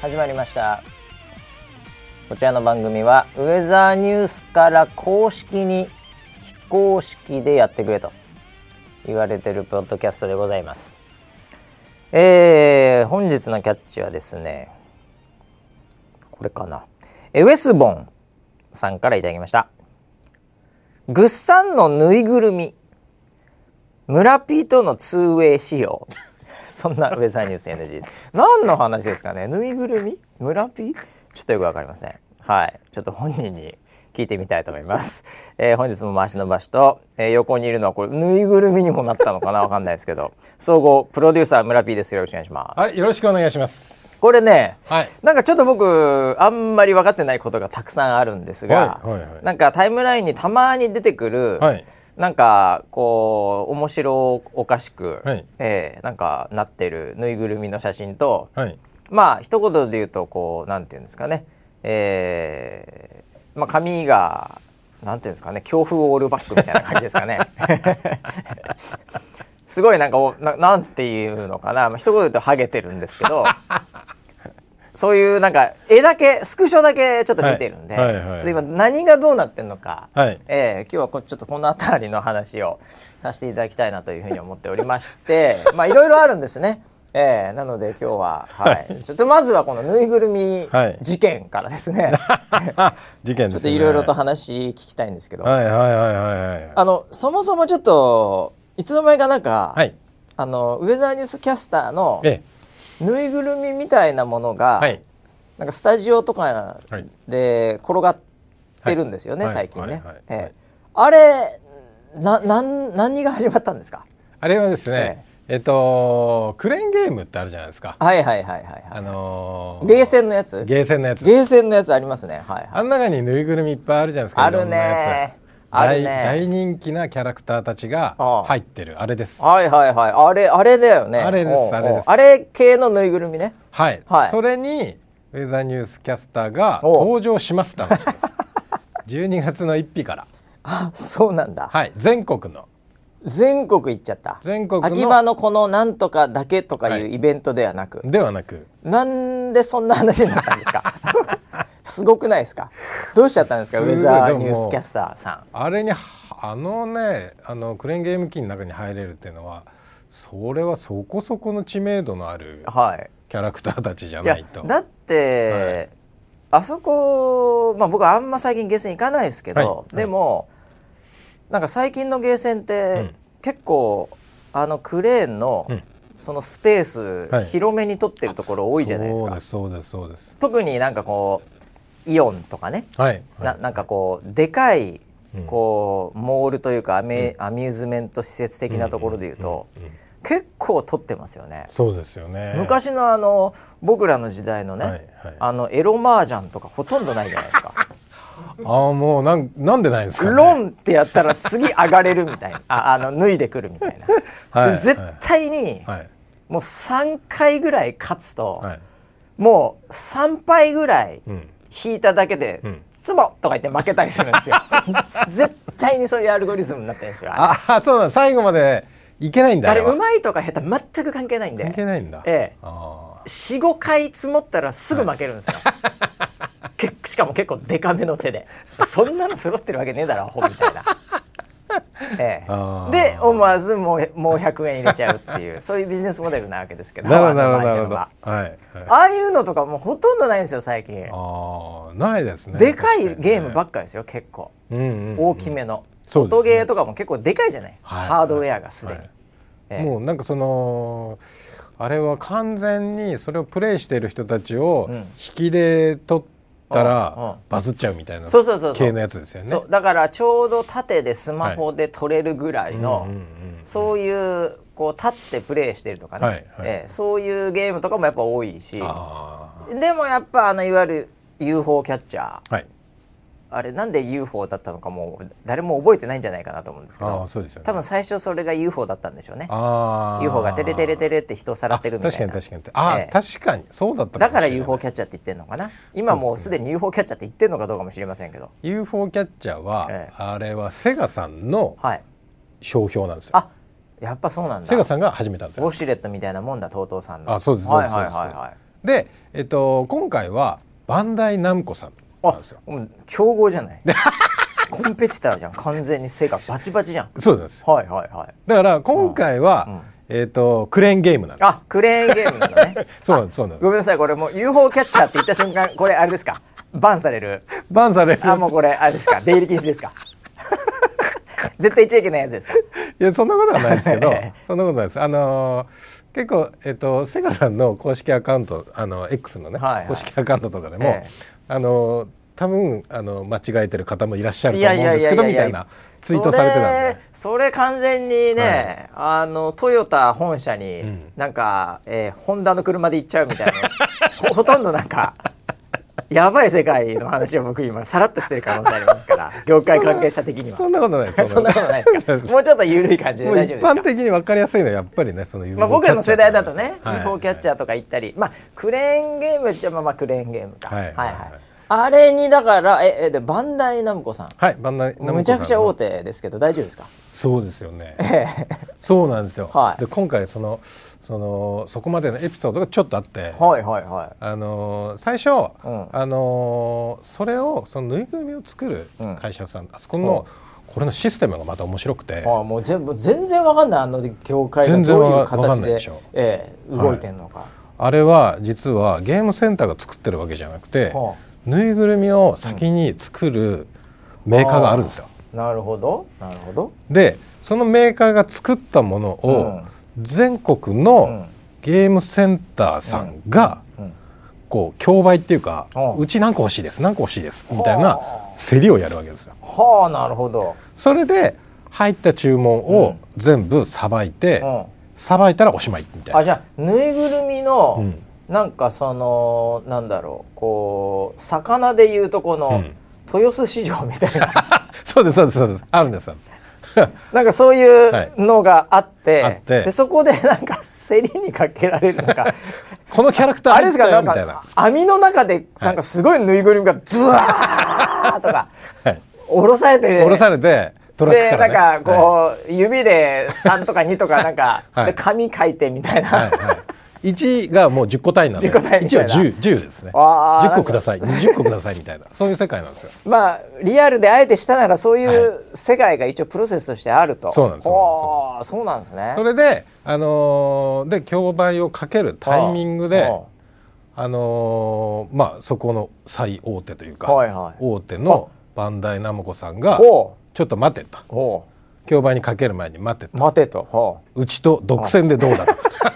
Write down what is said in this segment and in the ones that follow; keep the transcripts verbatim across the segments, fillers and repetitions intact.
始まりました。こちらの番組はウェザーニュースから公式に非公式でやってくれと言われているポッドキャストでございます。えー、本日のキャッチはですね、これかな、ウェスボンさんからいただきました。グッサンのぬいぐるみ村ピーとのツーウェイ仕様そんなウェザーニュース エヌジー 何の話ですかね。ぬいぐるみ村ピー、ちょっとよくわかりません。はい、ちょっと本人に聞いてみたいと思います。えー、本日も回しの場所と、えー、横にいるのはこれぬいぐるみにもなったのかな、わかんないですけど、総合プロデューサー村 P です。よろしくお願いします。 はい、よろしくお願いします。 これね、 はい、 なんかちょっと僕あんまり分かってないことがたくさんあるんですが、はいはいはい、なんかタイムラインにたまに出てくる、はい、なんかこう面白おかしく、はい、えー、なんかなってるぬいぐるみの写真と、はい、まあ一言で言うとこうなんていうんですかね、えー、まあ髪がなんていうんですかね、強風オールバックみたいな感じですかねすごいなんかお な, なんていうのかな、まあ、一言で言うとハゲてるんですけどそういうなんか絵だけスクショだけちょっと見てるんで、はいはいはい、ちょっと今何がどうなってるのか、はい、えー、今日はこちょっとこの辺りの話をさせていただきたいなというふうに思っておりましてまあいろいろあるんですね。えー、なので今日は、はい、ちょっとまずはこのぬいぐるみ事件からですね、はい、事件ですね。ちょっといろいろと話聞きたいんですけど、はいはいはいはい、あのそもそもちょっといつの間にかなんか、はい、あのウェザーニュースキャスターの、ええ、ぬいぐるみみたいなものが、はい、なんかスタジオとかで転がってるんですよね、はい、最近ね、はいはいはい、ええ、あれな何何が始まったんですか。 あれはですね、えええっとクレーンゲームってあるじゃないですか。 はいはいはいはい、はい、 あのー、 ゲーセンのやつゲーセンのやつゲーセンのやつありますね、はいはい、 あの中にぬいぐるみいっぱいあるじゃないですか。 あるねあるね、 大人気なキャラクターたちが入ってる あ, あれです。 はいはいはい、あれあれだよね。 あれですあれですあれ系のぬいぐるみね。 はい、はい、それにウェザーニュースキャスターが登場しますって話ですじゅうにがつのついたちから。 あ、そうなんだ。 はい、全国の全国行っちゃった。 全国の秋葉のこのなんとかだけとかいうイベントではなく、 はい、ではなく、 なんでそんな話になったんですかすごくないですか。どうしちゃったんですかウェザーニュースキャスターさん。 あれにあのね、あのクレーンゲーム機の中に入れるっていうのは、それはそこそこの知名度のあるキャラクターたちじゃないと。 いやだって、はい、あそこ、まあ、僕はあんま最近ゲーセン行かないですけど、はい、でも、はい、なんか最近のゲーセンって、うん、結構あのクレーンの、うん、そのスペース、はい、広めに取ってるところ多いじゃないですか。 そうですそうですそうです。 特になんかこうイオンとかね、はい、な, なんかこうでかいこう、うん、モールというかアメ、うん、アミューズメント施設的なところでいうと、うんうんうんうん、結構取ってますよね。 そうですよね。 昔のあの僕らの時代のね、はいはい、あのエロ麻雀とかほとんどないじゃないですかああ、もうなん、なんでないんですかね。 ロンってやったら次上がれるみたいなあ, あの脱いでくるみたいな、はい、絶対に、はい、もうさんかいぐらい勝つと、はい、もうさんぱいぐらい引いただけで、うん、ツボとか言って負けたりするんですよ絶対にそういうアルゴリズムになってるんですよ。 ああ、そうなん、最後までいけないんだ。 あれうまいとか下手全く関係ないんで。 関係ないんだ。 ええ、あ よん,ご 回積もったらすぐ負けるんですよ、はい、しかも結構デカめの手でそんなの揃ってるわけねえだろアホみたいなええ、で思わずもう、もうひゃくえん入れちゃうっていうそういうビジネスモデルなわけですけど、 なるほどなるほどなるほど、はいはい、 ああいうのとかもうほとんどないんですよ最近。 あ、ないですね。 でかいゲームばっかですよ結構、うんうんうん、大きめの、音ゲーとかも結構でかいじゃない、はい、ハードウェアがすでに、はい、 ええ、もうなんかそのあれは完全にそれをプレイしている人たちを引きで取ったらバズっちゃうみたいな系のやつですよね。 そうだからちょうど縦でスマホで撮れるぐらいのそういうこう立ってプレイしてるとかね、はいはい、ええ、そういうゲームとかもやっぱ多いし、でもやっぱあのいわゆる ユーフォー キャッチャー、はい、あれなんで ユーフォー だったのかもう誰も覚えてないんじゃないかなと思うんですけど、 あ、そうですよね、 多分最初それが ユーフォー だったんでしょうね。あ ユーフォー がテレテレテレって人をさらってるみたいな。 確かに確かに、あ、ええ、確かにそうだったかもしれない。 だから ユーフォー キャッチャーって言ってるのかな。今もうすでに ユーフォー キャッチャーって言ってるのかどうかもしれませんけど、 ユーフォー キャッチャーは、ええ、あれはセガさんの商標なんですよ。 あ、やっぱそうなんだ。 セガさんが始めたんですよ。 ウォシュレットみたいなもんだ、トートーさんの。 あ、そうですそうです、はいはいはいはい、 で、えっと、今回はバンダイナムコさんなんですよ。 もう競合じゃないコンペティターじゃん、完全にセガバチバチじゃん。 そうです。 はいはいはい。 だから今回は、うんうん、えーとクレーンゲームなんです。 あ、クレーンゲームなんだねそうなんです、そうなんです。 ごめんなさい、これもう ユーフォー キャッチャーって言った瞬間これあれですか、バンされるバンされる。 あ、もうこれあれですか、出入り禁止ですか絶対言っちゃいけないやつですか。いや、そんなことはないですけどそんなことないです。あのー、結構、えーと、セガさんの公式アカウント、あの X のね、はいはい、公式アカウントとかでも、えー、あのー、多分あの間違えてる方もいらっしゃると思うんですけどみたいなツイートされてたんで、 それ完全にね、はい、あのトヨタ本社に、うん、なんか、えー、ホンダの車で行っちゃうみたいなほ, ほとんどなんかやばい世界の話を僕今さらっとしてる可能性ありますから業界関係者的にはそんなことないです。 そんなことないですかもうちょっと緩い感じで大丈夫ですか。 一般的に分かりやすいのはやっぱりね、その ユーフォーまあ、僕らの世代だとね、 はい、 ユーフォー キャッチャーとか行ったり、まあ、クレーンゲームっちゃまあまあクレーンゲームか、 はいはいはいはい、 あれにだからええでバンダイナムコさん、 はい、バンダイナムコさんむちゃくちゃ大手ですけど大丈夫ですか。 そうですよねそうなんですよ、はい、で今回そのそのそこまでのエピソードがちょっとあって、 はいはいはい、 あのー、最初、うん、あのー、それをそのぬいぐるみを作る会社さん、うん、あそこの、うん、これのシステムがまた面白くて、 ああ、もう全部全然わかんない、あの業界がどういう形で、ええ、動いてんのか、はい、 あれは実はゲームセンターが作ってるわけじゃなくて、はあ、ぬいぐるみを先に作るメーカーがあるんですよ、 うん、なるほどなるほど。 でそのメーカーが作ったものを、うん、全国のゲームセンターさんが、うんうん、こう競売っていうか、うん、うち何個欲しいです何個欲しいですみたいな競りをやるわけですよ。 はあ、なるほど。 それで入った注文を全部さばいて、さば、うん、いたらおしまいみたいな。 あ、じゃあぬいぐるみの、うん、なんかそのなんだろう、こう魚でいうとこの、うん、豊洲市場みたいなそうですそうですそうです、あるんですなんかそういうのがあって、はい、でそこでなんか競りにかけられるのかこのキャラクターあれですか、なんか網の中でなんかすごいぬいぐるみがズワーとか、はい、下ろされて、 下ろされてトラックから、ね、 でなんかこう、はい、指でさんとかにとかなんか、はい、で紙書いてみたいな、はいはい、 いちがもうじゅっこ単位なのでいちはじゅう、じゅうですね。じゅっこくださいにじゅっこくださいみたいなそういう世界なんですよ。 まあリアルであえてしたならそういう世界が一応プロセスとしてあると、はい、 そうなんです。 そうなんですね。 それで、あのー、で競売をかけるタイミングで、あのー、まあそこの最大手というか、はいはい、大手のバンダイナムコさんがちょっと待てと、競売にかける前に待てと待てと、 うちと独占でどうだと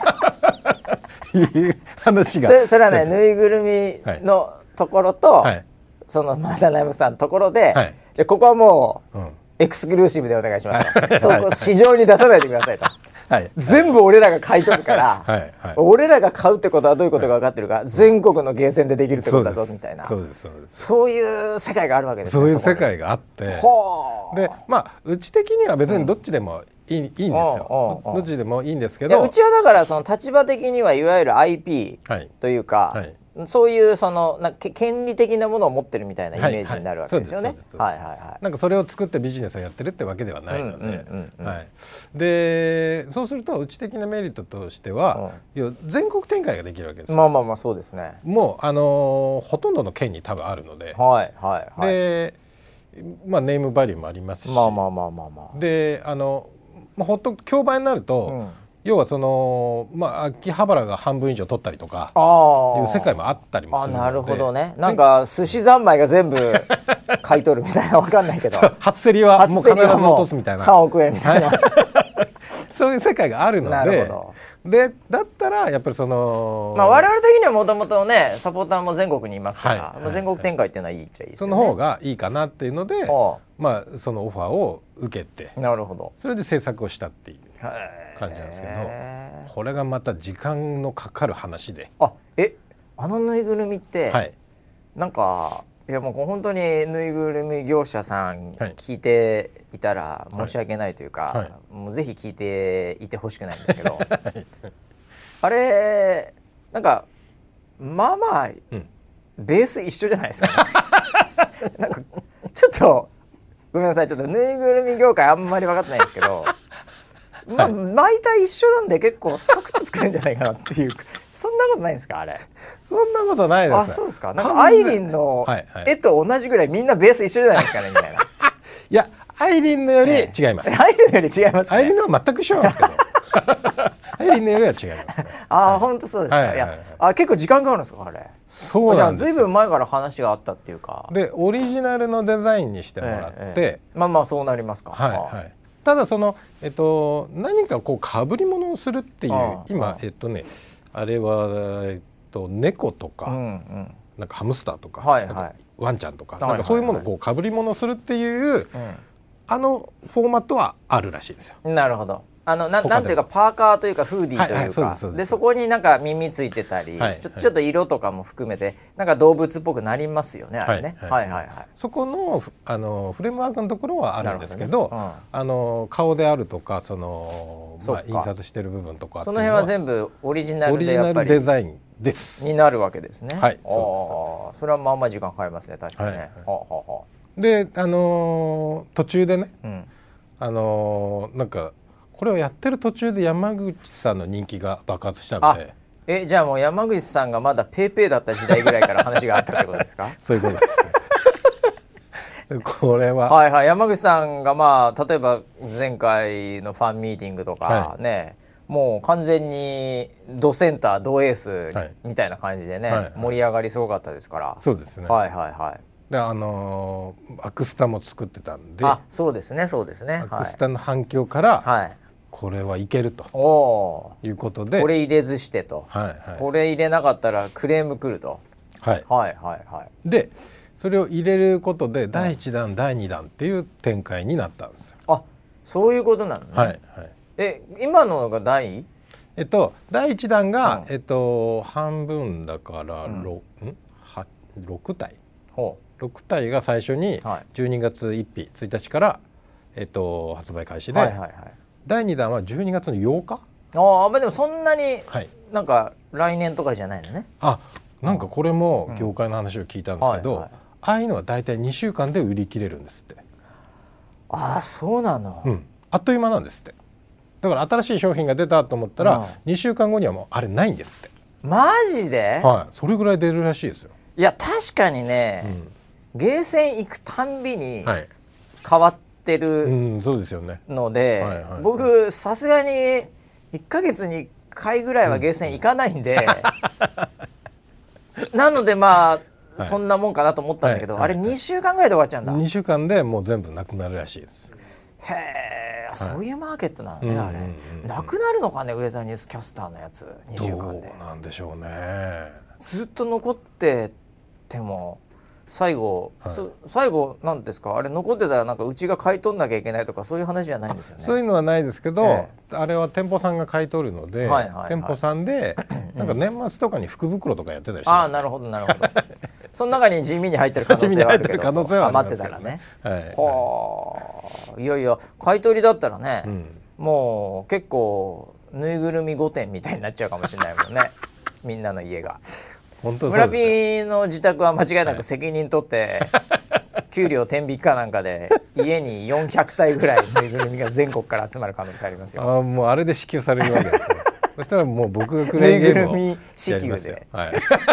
いう話がそ, それはね、ぬいぐるみのところと、はい、そのバンダイナムコさんのところで、はい、じゃあここはもう、うん、エクスクルーシブでお願いしますと、はい、そこ市場に出さないでくださいと、はい、全部俺らが買い取るから、はいはい、俺らが買うってことはどういうことが分かってるか、はい、全国のゲーセンでできるってことだぞみたいな、 そうですそうです、 そういう世界があるわけですね。 そういう世界があって、でまあうち的には別にどっちでもいい、うん、いいんですよ。どっちでもいいんですけど、 うちはだからその立場的にはいわゆる アイピー というか、はいはい、そういうそのな権利的なものを持ってるみたいなイメージになるわけですよね。 なんかそれを作ってビジネスをやってるってわけではないので、でそうするとうち的なメリットとしては、うん、全国展開ができるわけですよ。 まあまあまあそうですね。もうあのー、ほとんどの県に多分あるので、 はいはいはい、 でまあネームバリューもありますし、 まあまあまあまあまあ、 であのまあ、ほっと競売になると、うん、要はその、まあ、秋葉原が半分以上取ったりとかいう世界もあったりもするので。あ、なるほどね。なんか寿司三昧が全部買い取るみたいな、分かんないけど初競りはもう必ず落とすみたいなさんおくえんみたいなそういう世界があるので、なるほど。でだったらやっぱりその、 まあ、我々的にはもともとねサポーターも全国にいますから、はいはい、全国展開っていうのはいいっちゃいいですよね。 その方がいいかなっていうので、まあ、そのオファーを受けて、 なるほど、 それで制作をしたっていう感じなんですけど、これがまた時間のかかる話で、 あえあのぬいぐるみって、はい、なんかいやもう本当にぬいぐるみ業者さん聞いていたら申し訳ないというか、はいはい、もうぜひ聞いていてほしくないんですけど、はい、あれなんかまあまあ、うん、ベース一緒じゃないですか、ね、なんかちょっとごめんなさい、ちょっとぬいぐるみ業界あんまり分かってないんですけどまあ毎体一緒なんで結構サクッと作れるんじゃないかなっていうそんなことないですかあれ。 そんなことないです。 あ、そうですか。なんかアイリンの絵と同じぐらいみんなベース一緒じゃないですかねみたいな。いやアイリンのより違います、 えー、アイリンのより違います、ね、 アイリンのは全く一緒なんですけどアイリンのよりは違います、ね、 あ、はい、本当そうですか、はいはいはい、いやあ結構時間かかるんですかあれ。 そうなんですよ。 ずいぶん前から話があったっていうかでオリジナルのデザインにしてもらって、えーえー、まあまあそうなりますか、 はいはい、ただその、えっと、何かこうかぶり物をするっていう今えっとねあれは、えっと、猫とか、うんうん、なんかハムスターとか、はいはい、ワンちゃんとか、なんかそういうものをこうかぶり物をするっていう、うん、あのフォーマットはあるらしいんですよ。 なるほど。あの な, なんていうかパーカーというかフーディーというか、はいはい、でそこになんか耳ついてたり、はい、ちょ、ちょっと色とかも含めてなんか動物っぽくなりますよねあれね、はいはいはいはい、 そこ の, あのフレームワークのところはあるんですけど、ね、うん、あの顔であるとかその、まあ、印刷してる部分とかその辺は全部オリジナルでやっぱりオリジナルデザインですになるわけですね。 はい、そうです。 それはまあまあ時間かかりますね確かにね、はいはい、はあはあ、 で、あのー、途中でね、うん、あのー、なんかこれをやってる途中で山口さんの人気が爆発したので、 えじゃあもう山口さんがまだペーペーだった時代ぐらいから話があったってことですか？ そういうことですねこれははいはい、山口さんがまあ例えば前回のファンミーティングとかね、はい、もう完全にドセンタードエースみたいな感じでね、はいはいはい、盛り上がりすごかったですから。 そうですね、 はいはいはい、 であのー、アクスタも作ってたんで、 あ、そうですねそうですね、 アクスタの反響から、はい、これはいけるということで、 これ入れずしてと、はいはい、これ入れなかったらクレーム来ると、はい、はいはいはいでそれを入れることでだいいちだん、はい、だいにだんっていう展開になったんですよ。 あ、そういうことなのね、 はいはい、 え今のが第えっとだいいちだんが、うん、えっと半分だから、うん、ろくたいほうろくたいが最初にじゅうにがつついたちついたちから、えっと、発売開始で、はいはいはい、だいにだんはじゅうにがつのようか。 ああ、でもそんなになんか来年とかじゃないのね。 あ、なんかこれも業界の話を聞いたんですけど、うん、はいはい、ああいうのはだいたいにしゅうかんで売り切れるんですって。 ああ、そうなの、 うん、あっという間なんですって。だから新しい商品が出たと思ったら、うん、にしゅうかんごにはもうあれないんですって。 マジで？ はい、それぐらい出るらしいですよ。 いや確かにね、うん、ゲーセン行くたんびに変わってるので、僕さすがにいっかげつにいっかいぐらいはゲーセン行かないんで、うん、なのでまあ、はい、そんなもんかなと思ったんだけど、はいはいはい、あれにしゅうかんぐらいで終わっちゃうんだ。 にしゅうかんでもう全部なくなるらしいです。 へえ、そういうマーケットなのね、はい、あれ、うんうんうん、なくなるのかね、ウェザーニュースキャスターのやつにしゅうかんで。 どうなんでしょうね。 ずっと残ってても最後、はい、最後なんですか、あれ残ってたらなんかうちが買い取んなきゃいけないとかそういう話じゃないんですよね。 そういうのはないですけど、ええ、あれは店舗さんが買い取るので、はいはいはい、店舗さんでなんか年末とかに福袋とかやってたりします、ね、 ああ、なるほどなるほどその中に地味に入ってる可能性はあるけど余ってたらね、はいはい、はあ、いやいや買い取りだったらね、うん、もう結構ぬいぐるみごてんみたいになっちゃうかもしれないもんねみんなの家が。村ピーの自宅は間違いなく責任取って、はい、給料天引きかなんかで家によんひゃくたいぐらいぬいぐるみが全国から集まる可能性ありますよ。 あ、もうあれで支給されるわけですねそしたらもう僕がクレーンゲームをやりますよ。ぬいぐるみ支給で、はい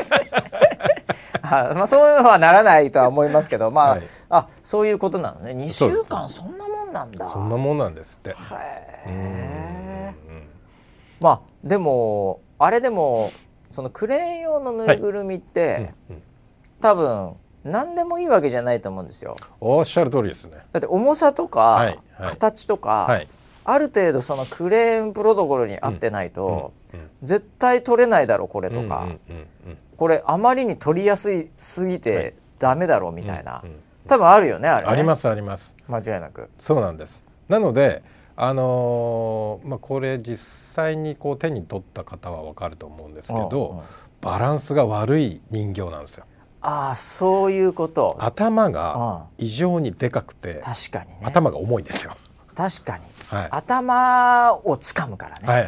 あ、まあ、そういうのはならないとは思いますけど、まあ、はい、あ、そういうことなのね。にしゅうかんそんなもんなんだ。 そんなもんなんですって。へえ。まあでもあれでもそのクレーン用のぬいぐるみって、はい、うんうん、多分何でもいいわけじゃないと思うんですよ。 おっしゃる通りですね。 だって重さとか、はいはい、形とか、はい、ある程度そのクレーンプロトコルに合ってないと、うんうんうん、絶対取れないだろこれとか、うんうんうんうん、これあまりに取りやすいすぎてダメだろうみたいな、はい、うんうん、多分あるよね、あれね。 ありますあります、 間違いなく。 そうなんです。なのであのーまあ、これ実際にこう手に取った方は分かると思うんですけど、うんうん、バランスが悪い人形なんですよ。 ああ、そういうこと。 頭が異常にでかくて、うん、 確かにね、 頭が重いですよ。 確かに、はい、頭を掴むからね、はいはい、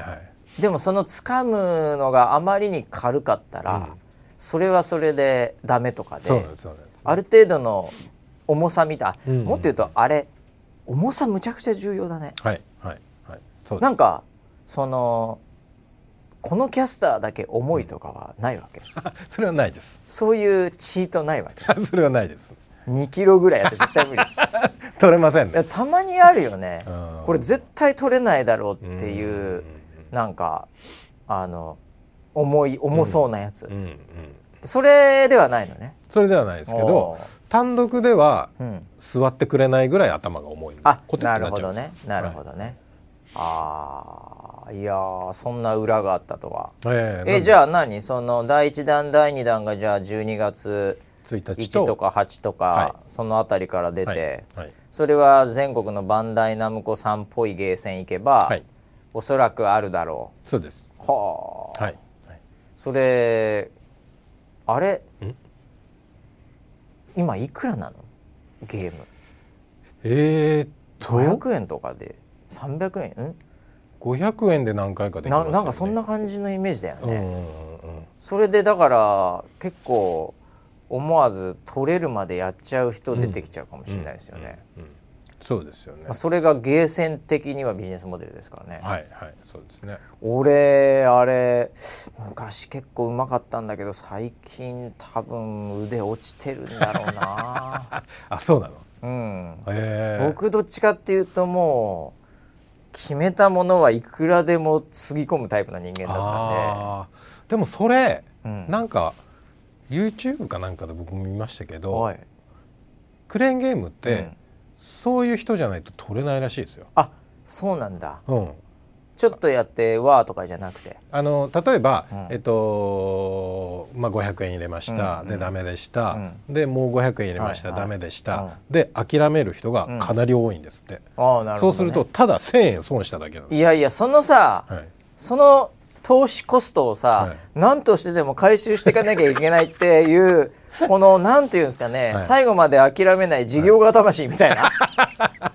でもその掴むのがあまりに軽かったら、うん、それはそれでダメとか で, そうなんですそうなんです、ね、ある程度の重さみたい、うんうん、もっと言うとあれ重さむちゃくちゃ重要だね。 はいはいはい、 そうです。 なんかそのこのキャスターだけ重いとかはないわけ？ それはないです。 そういうチートないわけ？ それはないです。 にキロぐらいやって絶対無理取れませんね。 たまにあるよね。これ絶対取れないだろうっていうなんかあの重い重そうなやつ、うんうんうん、それではないのね。 それではないですけど単独では座ってくれないぐらい頭が重いんで、 あ、なるほどねなるほどね、はい、あいやそんな裏があったとは。えー、えじゃあ何そのだいいちだんだいにだんがじゃあじゅうにがついちとかはちとか、はい、そのあたりから出て、はいはい、それは全国のバンダイナムコさんっぽいゲーセン行けば、はい、おそらくあるだろう。そうです。 はあ、はいはい、それあれ今いくらなのゲーム？ えーっとごひゃくえんとかでさんびゃくえんんごひゃくえんで何回かできますよね。 な, なんかそんな感じのイメージだよね、うんうんうん、それでだから結構思わず取れるまでやっちゃう人出てきちゃうかもしれないですよね、うんうんうんうん、 そうですよね、 まあ、それがゲーセン的にはビジネスモデルですからね。 はいはいそうですね。 俺あれ昔結構うまかったんだけど最近多分腕落ちてるんだろうなあそうなの。 うん、へ僕どっちかっていうともう決めたものはいくらでもつぎ込むタイプの人間だったんで。 あでもそれ、うん、なんか YouTube かなんかで僕も見ましたけどクレーンゲームって、うん、そういう人じゃないと取れないらしいですよ。 あそうなんだ、うん、ちょっとやってわーとかじゃなくてあの例えば、うんえっとまあ、ごひゃくえん入れました、うん、でダメでした、うん、でもうごひゃくえん入れました、はいはい、ダメでした、うん、で諦める人がかなり多いんですって、うんあなるほどね、そうするとただせんえん損しただけなんです。 いやいやそのさ、はい、その投資コストをさ、はい、何としてでも回収していかなきゃいけないっていうこのなんていうんですかね、はい、最後まで諦めない事業家魂みたいな、はい、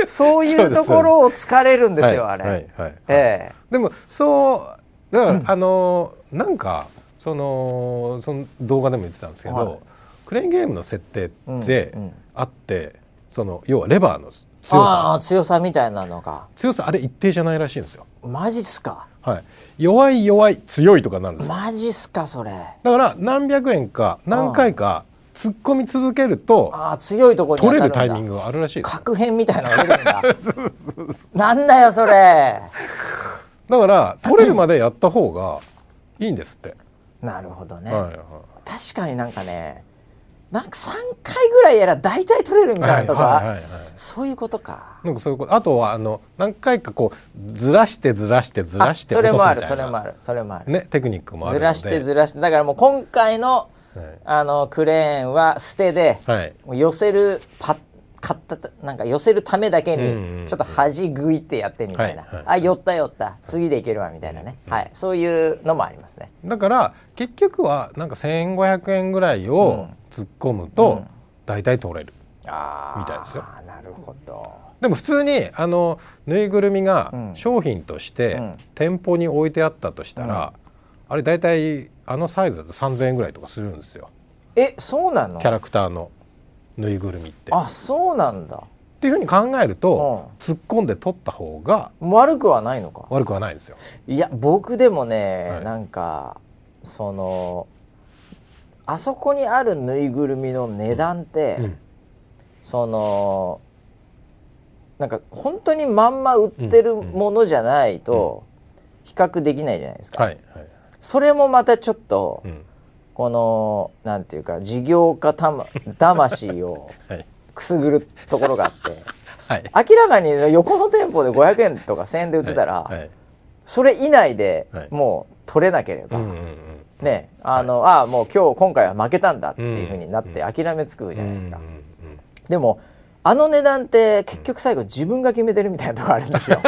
そういうところを疲れるんですよ、はい、あれ、はいはいはいえー、でもそうだから、うん、あのなんかそのその動画でも言ってたんですけど、はい、クレーンゲームの設定ってあって、うんうん、その要はレバーの強さあ強さみたいなのが強さあれ一定じゃないらしいんですよ。 マジっすか。 はい、弱い弱い強いとかなんですよ。 マジっすかそれ。 だから何百円か何回か突っ込み続けるとあ強いところに当たるんだ。 取れるタイミングがあるらしいです。 確変みたいなのが出てるんだそうそうそうなんだよそれだから取れるまでやった方がいいんですってなるほどね、はいはい、確かになんかねなんかさんかいぐらいやら大体取れるみたいなとか、はいはいはいはい、そういうことか。 なんかそういうこと。あとはあの何回かこうずらしてずらしてずらして落とすみたいな。 それもあるそれもあるそれもあるねテクニックもあるので。 ずらしてずらしてだからもう今回の、はい、あのクレーンは捨てで、はい、もう寄せるパッ買ったなんか寄せるためだけにちょっと端ぐいってやってみたいな、うんうんうん、あ寄った寄った次でいけるわみたいなね、うんうん、はいそういうのもありますね。 だから結局はなんかせんごひゃくえんぐらいを突っ込むと大体取れるみたいですよ。 あなるほど。 でも普通にあのぬいぐるみが商品として店舗に置いてあったとしたら、うん、あれ大体あのサイズだとさんぜんえんぐらいとかするんですよ。 えそうなの？ キャラクターのぬいぐるみって。 あそうなんだっていうふうに考えると、うん、突っ込んで取った方が悪くはないのか。 悪くはないですよ。 いや僕でもね、はい、なんかそのあそこにあるぬいぐるみの値段って、うんうん、そのなんか本当にまんま売ってるものじゃないと比較できないじゃないですか、うんうんはいはい、それもまたちょっと、うんこのなんていうか事業家た、ま、魂をくすぐるところがあって、はい、明らかに横の店舗でごひゃくえんとかせんえんで売ってたら、はいはい、それ以内でもう取れなければ、はいねあのはい、あもう今日今回は負けたんだっていう風になって諦めつくじゃないですか、うんうんうん、でもあの値段って結局最後自分が決めてるみたいなところあるんですよ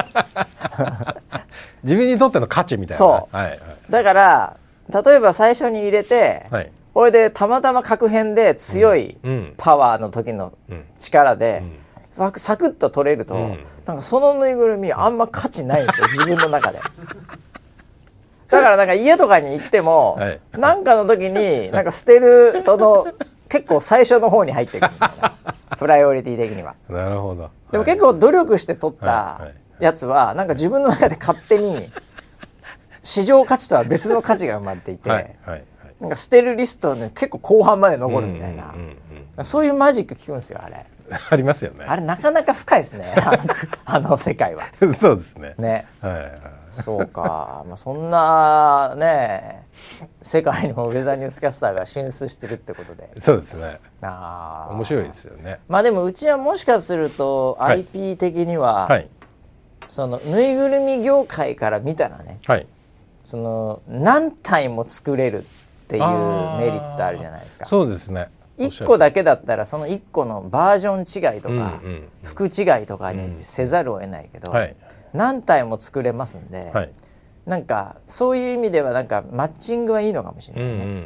自分にとっての価値みたいな。 そう、はいはい、だから例えば最初に入れて、はい、これでたまたま確変で強いパワーの時の力で、うんうん、サクッと取れると、うん、なんかそのぬいぐるみあんま価値ないんですよ自分の中でだからなんか家とかに行っても、はい、なんかの時になんか捨てるその結構最初の方に入ってくるみたいなプライオリティ的には。 なるほど。 でも結構努力して取ったやつはなんか自分の中で勝手に市場価値とは別の価値が生まれていて、はいはいはい、なんか捨てるリストで結構後半まで残るみたいな、うんうんうんうん、そういうマジック聞くんですよあれ。 ありますよね。 あれなかなか深いですねあの、あの世界は。 そうですね。 ね、はいはい、そうか、まあ、そんなね世界にもウェザーニュースキャスターが進出してるってことで。 そうですね。 あ、 面白いですよね。 まあでもうちはもしかすると アイピー 的には、はいはい、そのぬいぐるみ業界から見たらね、はい、その何体も作れるっていうメリットあるじゃないですか。 そうですね。 いっこだけだったらそのいっこのバージョン違いとか、うんうん、服違いとかにせざるを得ないけど、うんはい、何体も作れますんで、はい、なんかそういう意味ではなんかマッチングはいいのかもしれないね。うんうんうんうん、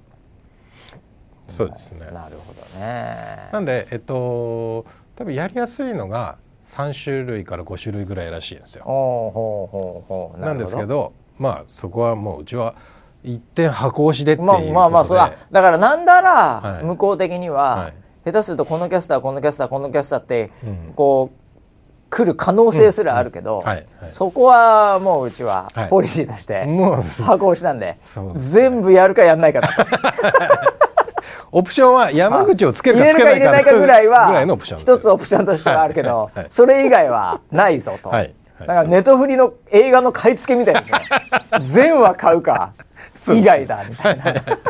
そうですね。 なるほどね。 なんでえっと多分やりやすいのがさんしゅるいからごしゅるいぐらいらしいんですよ。ほうほうほうほう。なんですけど、まあそこはもううちは一点箱押しでっていうことで、 まあまあまあそうだ。だからなんだら向こう的には、はい、下手するとこのキャスターこのキャスターこのキャスターってこう、うん、来る可能性すらあるけど、うんうんはいはい、そこはもううちはポリシーとして箱押しなんで、はい、全部やるかやんないかだとオプションは山口をつけるかつけないか入れるか入れないかぐらいは一つオプションとしてはあるけど、はいはい、それ以外はないぞと、はいはい、だからネトフリの映画の買い付けみたいですね全話買うか以外だみたいななんか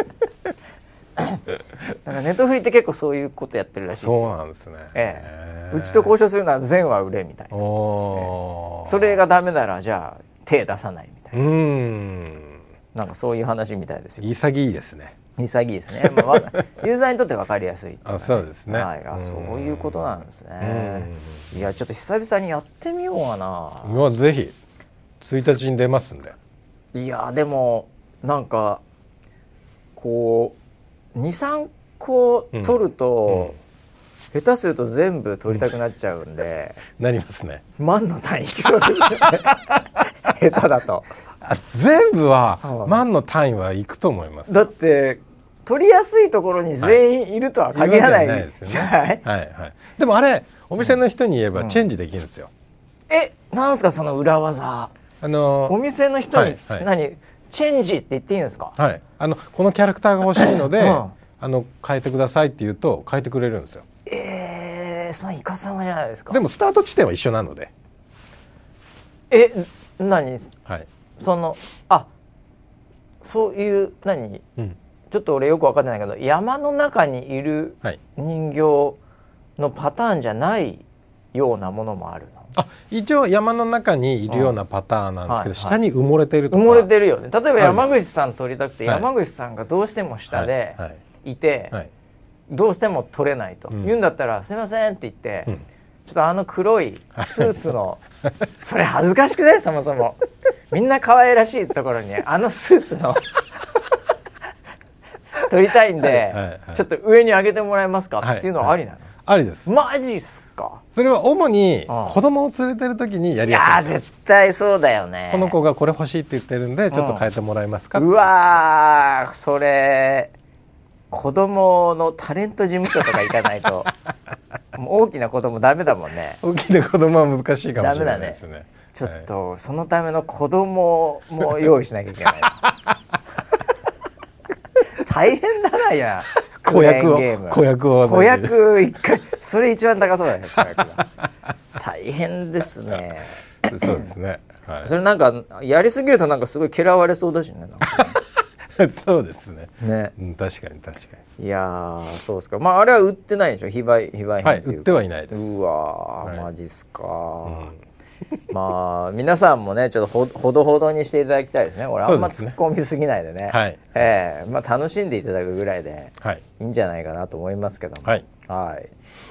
ネットフリって結構そういうことやってるらしいですよ。 そうなんですね、 ええ、うちと交渉するなら全話売れみたいな、ええ、それがダメならじゃあ手出さないみたいな、うーん、なんかそういう話みたいですよ。 潔いですね。 潔いですね、まあ、ユーザーにとって分かりやすい、ね、 あ、そうですね、 はい、あ、そういうことなんですね。いやちょっと久々にやってみようかな。 うわ、ぜひついたちに出ますんで。 いやでもなんかこう にさんこ取ると、うんうん、下手すると全部取りたくなっちゃうんで、 うん、なりますね。 万の単位いきそうですよね下手だと。 あ、全部は万の単位はいくと思います。 だって取りやすいところに全員いるとは限らないじゃない。 でもあれお店の人に言えばチェンジできるんですよ、 うん、え、なんすかその裏技。あのー、お店の人に、はいはい、何チェンジって言っていいんですか。 はい、あのこのキャラクターが欲しいので、うん、あの変えてくださいって言うと変えてくれるんですよ。 えー、そのイカサマじゃないですか。 でもスタート地点は一緒なので。 え、何、はい、そのあそういう何、うん、ちょっと俺よく分かってないけど山の中にいる人形のパターンじゃないようなものもあるの。 あ、一応山の中にいるようなパターンなんですけど、うん、下に埋もれてるとか。 埋もれてるよね。例えば山口さん撮りたくて、はい、山口さんがどうしても下でいて、はいはい、どうしても撮れないと、うん、言うんだったらすいませんって言って、うん、ちょっとあの黒いスーツのそれ恥ずかしくないそもそもみんな可愛らしいところにあのスーツの撮りたいんで、はいはいはい、ちょっと上に上げてもらえますかっていうのはありなの。はいはい、 ありです。 マジっすか。 それは主に子供を連れてる時にやりやすいです。 いや絶対そうだよね。 この子がこれ欲しいって言ってるんでちょっと変えてもらえますか、 うん、うわーそれ子供のタレント事務所とか行かないともう大きな子供ダメだもんね。 大きな子供は難しいかもしれないですね。ダメだね。 ちょっと、はい、そのための子供も用意しなきゃいけない大変だな。や子役を子役を子役一回それ一番高そうだね子役が大変ですねそうですね、はい、 それなんかやりすぎるとなんかすごい嫌われそうだしねなんかねそうですね、ね、うん、確かに確かに。いやそうですか。まああれは売ってないでしょ非売非売品っていうか。 はい、売ってはいないです。 うわ、 はい、 マジっすか、うんまあ皆さんもねちょっと ほ, ほどほどにしていただきたいですね。俺あんま突っ込みすぎないでね、はい、えーまあ、楽しんでいただくぐらいでいいんじゃないかなと思いますけども、はいはい、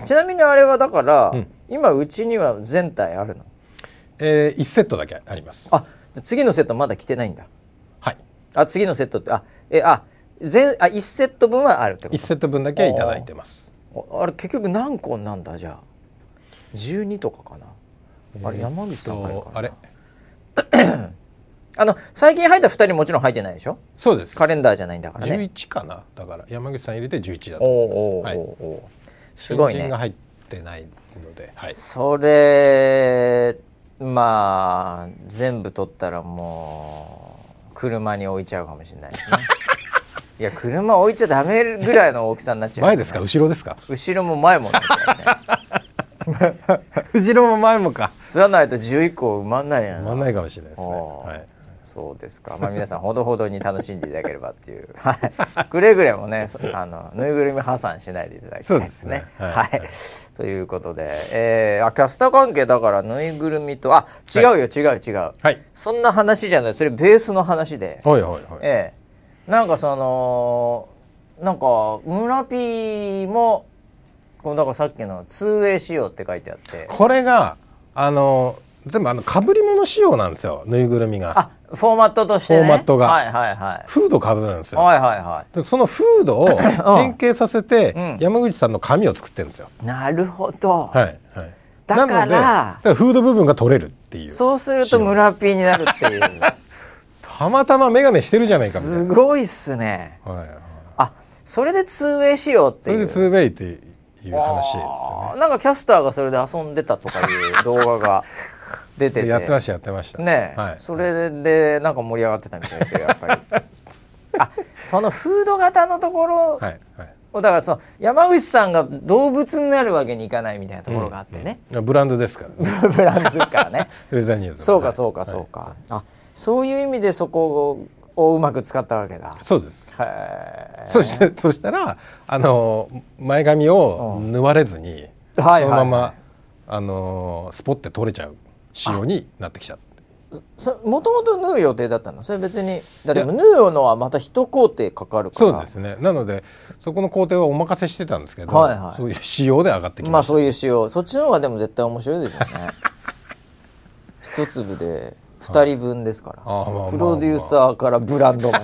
ちなみにあれはだから、うん、今うちには全体あるの、 えー、いちセットだけあります。 あ、次のセットまだ来てないんだ。 はい。 あ、次のセットってあえあ全あいちセット分はあるってこと。 いちセット分だけいただいてます。 あ, あれ結局何個なんだ。じゃあじゅうにとかかな。あれ山口さん入るかな。あれあの最近入ったふたりもちろん入ってないでしょ。 そうです。 カレンダーじゃないんだからね。 じゅういちかな。だから山口さん入れてじゅういちだと思います。おお、はい、おすごいね。 エンジンが入ってないので、はい、 それまあ全部取ったらもう車に置いちゃうかもしれないですね。いや車置いちゃダメぐらいの大きさになっちゃう、ね、 前ですか後ろですか？ 後ろも前もだよね。 後ろも前もか。 そうないとじゅういっこ埋まんないやな。 埋まんないかもしれないですね。はい、 そうですか。まあ皆さんほどほどに楽しんでいただければっていう。はい。くれぐれもね、あのぬいぐるみ破産しないでいただきたいですね。すねはい、はい。ということで、えー、あキャスター関係だからぬいぐるみとあ違うよ、はい、違う違う。はい。そんな話じゃない。それベースの話で。 はいはいはい。 えーなんかそのなんか村 P もこのだからさっきの ツーウェイ 仕様って書いてあって、 これがあの全部あの被り物仕様なんですよ、ぬいぐるみが。あ、 フォーマットとしてね。 フォーマットが、 はいはいはい、 フード被るんですよ。 はいはいはい。 でそのフードを変形させて、うん、山口さんの髪を作ってるんですよ。 なるほど。 はいはい。 だから、 だからフード部分が取れるっていう。 そうすると村 P になるっていう。 たまたまメガネしてるじゃないかみたいな。 すごいっすね。はいはい、あ、それで ツーウェイ 仕様っていう。 それで ツーウェイ っていう話ですよね。 なんかキャスターがそれで遊んでたとかいう動画が出てて。 やってましたやってました。 ね、はい、それでなんか盛り上がってたみたいですよやっぱり。あ、そのフード型のところ。はいはい。だからその山口さんが動物になるわけにいかないみたいなところがあってね。 うんうん、ブランドですから、 ね。ブランドですからね。 ウェザーニューズ。 そうかそうかそうか。はい、あ、そういう意味でそこをうまく使ったわけだ。 そうです。そしてそしたらあの前髪を縫われずに、うん、そのまま、はいはい、あのスポッて取れちゃう仕様になってきちゃう。 もともと縫う予定だったの？それ別にだって縫うのはまた一工程かかるから。 そうですね。なのでそこの工程はお任せしてたんですけど、はいはい、そういう仕様で上がってきました。 まあそういう仕様、そっちの方がでも絶対面白いでしょうね。一粒でふたりぶんですから、はい、ああプロデューサーからブランドまで。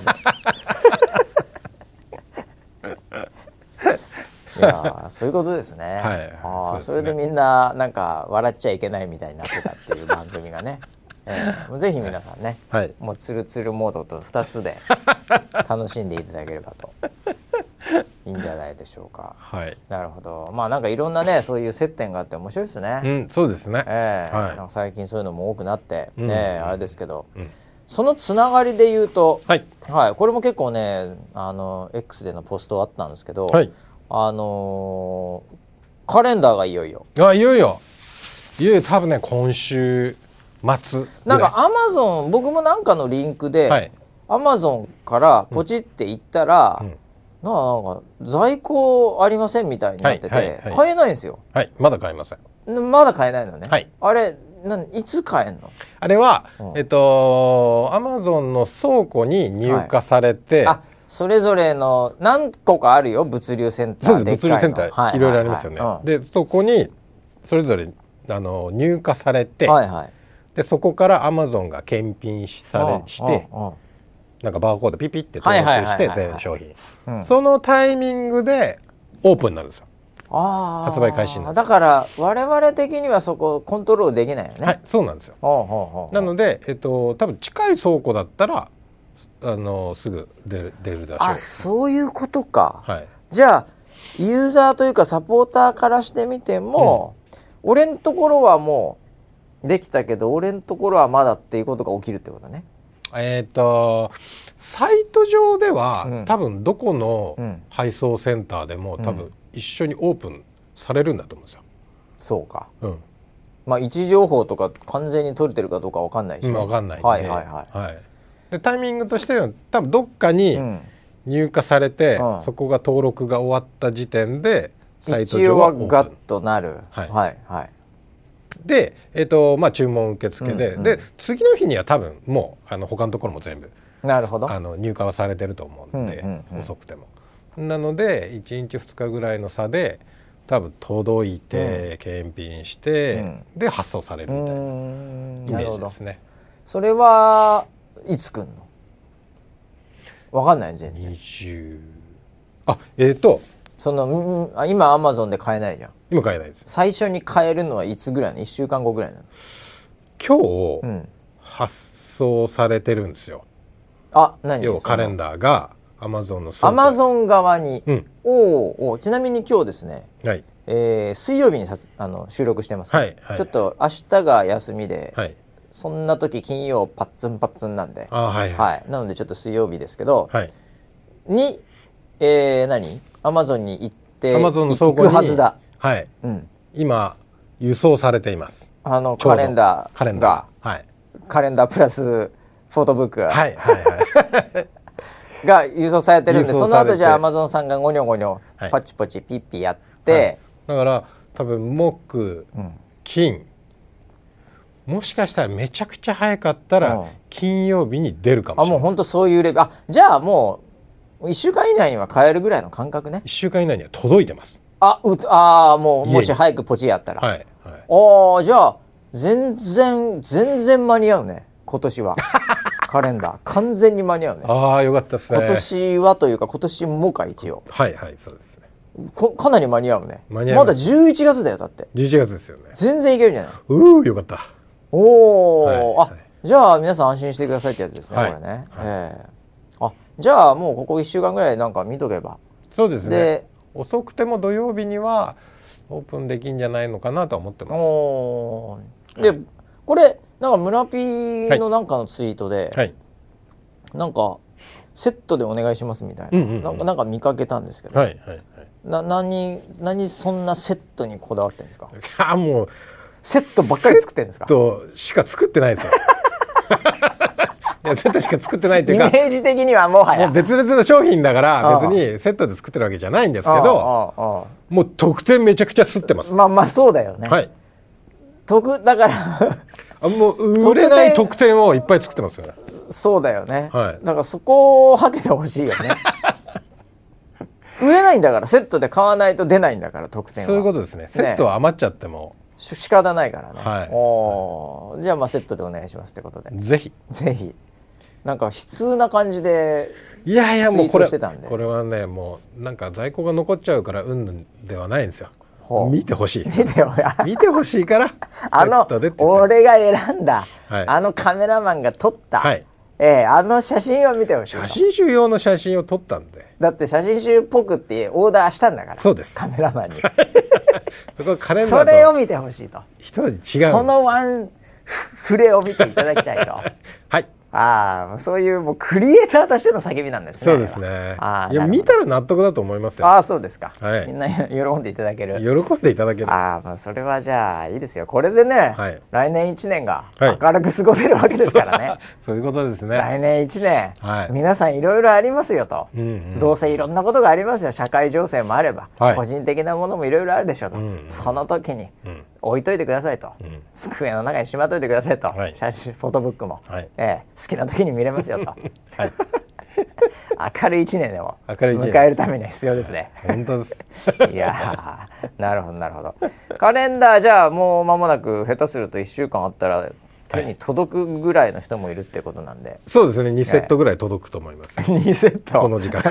いやそういうことですね。はい、ああ、それでみんななんか笑っちゃいけないみたいになってたっていう番組がね。えー、ぜひ皆さんね、はい、もうツルツルモードとふたつで楽しんでいただければといいんじゃないでしょうか。はい、なるほど。まあなんかいろんなねそういう接点があって面白いですね。 うん、そうですね。 えーはい、なんか最近そういうのも多くなって、うんね、あれですけど、うん、そのつながりで言うと、はいはい、これも結構ねあの X でのポストあったんですけど、はい、あのー、カレンダーがいよいよ。 あ、いよいよいよいよ多分ね今週末なんかアマゾン僕もなんかのリンクで、はい、アマゾンからポチっていったら、うん、なんか在庫ありませんみたいになってて、はいはいはい、買えないんですよ。 はい、まだ買えません。 まだ買えないのね。 はい、 あれなんいつ買えんの？ あれは、うん、えっとアマゾンの倉庫に入荷されて、はい、 あそれぞれの何個かあるよ物流センター。 そうです、物流センター、はい、いろいろありますよね。はいはいはい、でそこにそれぞれあの入荷されて、はいはい、でそこからアマゾンが検品されしてなんかバーコードピピって登録して全商品、そのタイミングでオープンになるんですよ。あ発売開始になる。 だから我々的にはそこコントロールできないよね。 はい、そうなんですよ。ほうほうほう。なので、えっと、多分近い倉庫だったらあのすぐ出る出るだしょう。 あ、そういうことか。はい、じゃあユーザーというかサポーターからしてみても、うん、俺のところはもうできたけど俺のところはまだっていうことが起きるってことね。 えっとサイト上では、うん、多分どこの配送センターでも、うん、多分一緒にオープンされるんだと思うんですよ。 そうか。うん。まあ位置情報とか完全に取れてるかどうかわかんないし、ね。 わ、うん、かんないんで。 はいはいはい。はい、 でタイミングとしては多分どっかに入荷されて、うん、そこが登録が終わった時点でサイト上はオープン。 一応はガッとなる。はいはいはい。 で、えーとまあ、注文受付で、うんうん、で次の日には多分もうあの他のところも全部なるほどあの入荷はされてると思うので、うんうんうん、遅くてもなのでいちにちふつかぐらいの差で多分届いて、うん、検品して、うん、で発送されるみたいなイメージですね。 それはいつ来んの？分かんない全然。 にじゅうあえっ、ー、とその今アマゾンで買えないじゃん。 今買えないです。 最初に買えるのはいつぐらいの？いっしゅうかんごぐらいなの？ 今日、うん、発送されてるんですよ。 あ、何？ 要はカレンダーがアマゾンの倉庫アマゾン側に、うん、おおちなみに今日ですね、はい、 えー、水曜日にさあの収録してます、ねはいはい、ちょっと明日が休みで、はい、そんな時金曜パッツンパッツンなんで、あ、はいはいはい、なのでちょっと水曜日ですけど、はい、に、えー、何アマゾンに行って行くはずだ、 はいうん、今輸送されています。 あのカレンダーがカレンダー、はい、カレンダープラスフォトブックが、はいはいはいが輸送されてるんで、その後じゃあアマゾンさんがゴニョゴニョ、はい、パチパチピッピやって、 はい、だから多分木、うん、金もしかしたらめちゃくちゃ早かったら、うん、金曜日に出るかもしれない。あ、もう本当そういうレベル。あ、じゃあもういっしゅうかん以内には買えるぐらいの感覚ね。 いっしゅうかん以内には届いてます。 あ、うあもうもし早くポチやったら、はいはい、あじゃあ全然全然間に合うね今年はカレンダー完全に間に合うね。 ああよかったですね。 今年はというか今年もか一応はいはいそうですね。 かなり間に合うね。間に合います。まだじゅういちがつだよだって。 じゅういちがつですよね。 全然いけるんじゃない。 うーよかった。 おお、はいはい、あじゃあ皆さん安心してくださいってやつですね、はい、これね、はいえー、あじゃあもうここいっしゅうかんぐらいなんか見とけば。 そうですね。で遅くても土曜日にはオープンできんじゃないのかなと思ってます。 おで、はい、これなんか村ピーのなんかのツイートで、はい、なんかセットでお願いしますみたいな、うんうんうん、なんかなんか見かけたんですけど、はいはいはい、な何何そんなセットにこだわってるんですか。 いやもうセットばっかり作ってるんですか。 セットしか作ってないですよ。いやセットしか作ってないっていうかイメージ的にはもはやもう別々の商品だから別にセットで作ってるわけじゃないんですけど、もう特典めちゃくちゃ吸ってます。 まあまあそうだよね、はい、特だからあもう売れない特典をいっぱい作ってますよね。 そうだよね、はい、だからそこをはけてほしいよね。売れないんだからセットで買わないと出ないんだから特典は。 そういうことですね。セットは余っちゃっても、 ね、仕方ないからね、はい、おじゃあまあセットでお願いしますってことでぜひぜひなんか悲痛な感じでいやいやもうこれこれはねもうなんか在庫が残っちゃうからうんぬんではないんですよ。見てほしい見てよ見てほしいからあの俺が選んだ、はい、あのカメラマンが撮った、はいえー、あの写真を見てほしい。 写真集用の写真を撮ったんでだって写真集っぽくってオーダーしたんだから。 そうですカメラマンにそこカレンダーとそれを見てほしいと一味違うそのワンフレを見ていただきたいとはいああそういうもうクリエイターとしての叫びなんですね。 そうですね。あいや見たら納得だと思いますよ。 ああそうですか、はい、みんな喜んでいただける。 喜んでいただける。 ああまあそれはじゃあいいですよ。これでね、はい、来年いちねんが明るく過ごせるわけですからね、はい、 そういうことですね。 来年いちねん、はい、皆さんいろいろありますよと、うんうん、どうせいろんなことがありますよ。社会情勢もあれば、はい、個人的なものもいろいろあるでしょうと、うんうん、その時に、うん置いといてくださいと、うん、机の中にしまっといてくださいと、はい、写真フォトブックも、はいえー、好きな時に見れますよと、はい、明るいいちねんを迎えるためには必要ですね。 本当ですいやなるほどなるほど。カレンダーじゃあもう間もなく下手するといっしゅうかんあったら手に届くぐらいの人もいるってことなんで、はい、 そうですねにセットぐらい届くと思います、 ね、にセットこの時間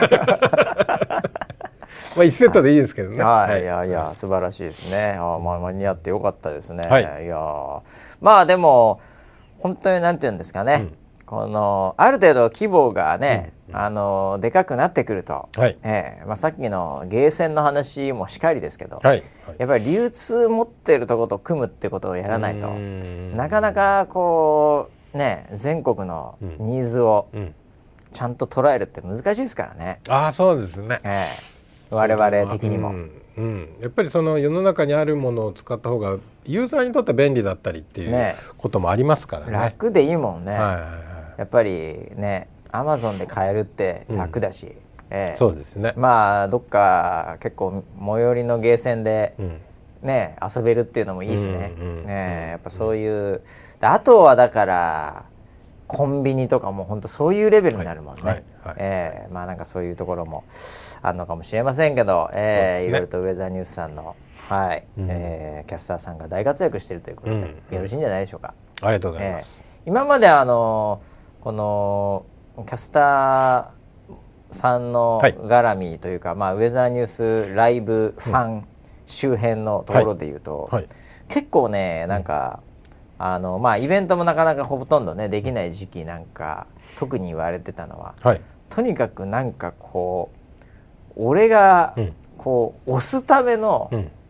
まあいちセットでいいですけどね。 はい、はい、いやいや素晴らしいですね。あ、まあ、間に合ってよかったですね、はい、いやまあでも本当になんていうんですかね、うん、このある程度規模がね、うんうん、あのでかくなってくると、はいえーまあ、さっきのゲーセンの話もしかりですけど、はいはい、やっぱり流通持ってるとこと組むってことをやらないとなかなかこうね全国のニーズをちゃんと捉えるって難しいですからね。 うん、あそうですね、 えー我々的にも、 うんうん、やっぱりその世の中にあるものを使った方がユーザーにとっては便利だったりっていうこともありますからね。 楽でいいもんね、はいはいはい、やっぱりねアマゾンで買えるって楽だし、うんえー、 そうですね。 まあどっか結構最寄りのゲーセンで、うんね、遊べるっていうのもいいしね、うんうんねやっぱそういうあとはだからコンビニとかも本当そういうレベルになるもんね、はいはいはいえー、まあなんかそういうところもあるのかもしれませんけど、えーね、いろいろとウェザーニュースさんの、はいうんえー、キャスターさんが大活躍しているということで、うんうん、よろしいんじゃないでしょうか。 ありがとうございます、 えー、今まであのこのキャスターさんの絡みというか、はいまあ、ウェザーニュースライブファン周辺のところでいうと、はいはい、結構ねなんか、うんあのまあ、イベントもなかなかほとんどねできない時期なんか特に言われてたのは、はい、とにかくなんかこう俺がこう、うん、押すための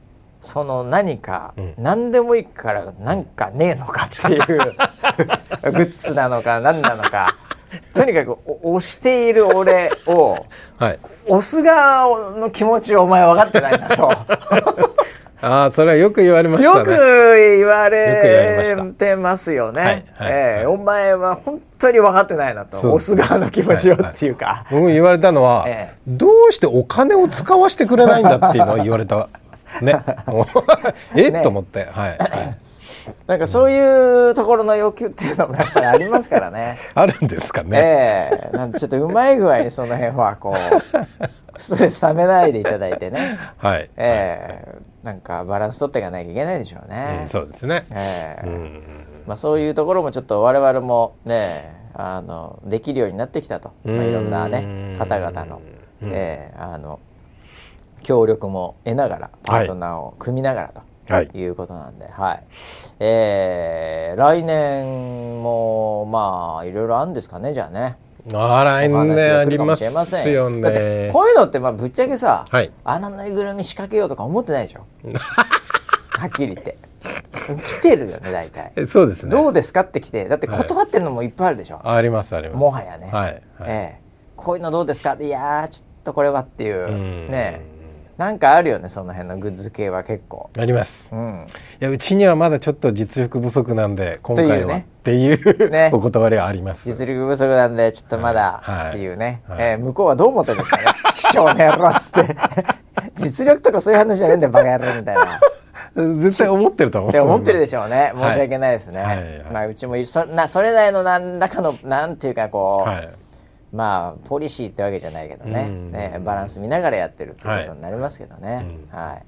その何か、うん、何でもいいから何かねえのかっていうグッズなのか何なのかとにかく推している俺を、はい、推す側の気持ちをお前分かってないなとああそれはよく言われましたね。 よく言われてますよね、はいはいえーはい、お前は本当に分かってないなと推す側の気持ちをっていうか、はいはい、 僕言われたのは、えー、どうしてお金を使わせてくれないんだっていうのを言われたねえ、ね、と思って、はい、 なんかそういうところの要求っていうのもやっぱりありますからねあるんですかね、 えー、なんでちょっとうまい具合にその辺はこうストレスためないでいただいてね、はいえーはい、なんかバランス取っていかなきゃいけないでしょうね、うん、 そうですね、 えーうんまあ、そういうところもちょっと我々もねあのできるようになってきたと、まあ、いろんなね方々の、えー、あの協力も得ながらパートナーを組みながらと、はい、いうことなんで、はいえー、来年もまあいろいろあるんですかねじゃあね。 あ来年ありますよね。 だってこういうのってまあぶっちゃけさ、はい、あのぬいぐるみ仕掛けようとか思ってないでしょはっきり言って来てるよね大体。 そうですね。 どうですかって来てだって断ってるのもいっぱいあるでしょ、 はい、ありますありますもはやね、 はいはいえー、こういうのどうですかいやーちょっとこれはっていうねなんかあるよねその辺のグッズ系は結構あります、うん、いやうちにはまだちょっと実力不足なんで今回はっていう、ね、お断りはあります。 実力不足なんでちょっとまだっていうね、はいはいえー、向こうはどう思ってるんですかね気象の野郎っつって実力とかそういう話じゃねえんだよバカ野郎みたいな絶対思ってると思う。 思ってるでしょうね。申し訳ないですね。はいはいはいまあ、うちも そ, なそれなりの何らかのなんていうかこう、はい、まあポリシーってわけじゃないけど ね, ねバランス見ながらやってるっていうことになりますけどね。はいはい、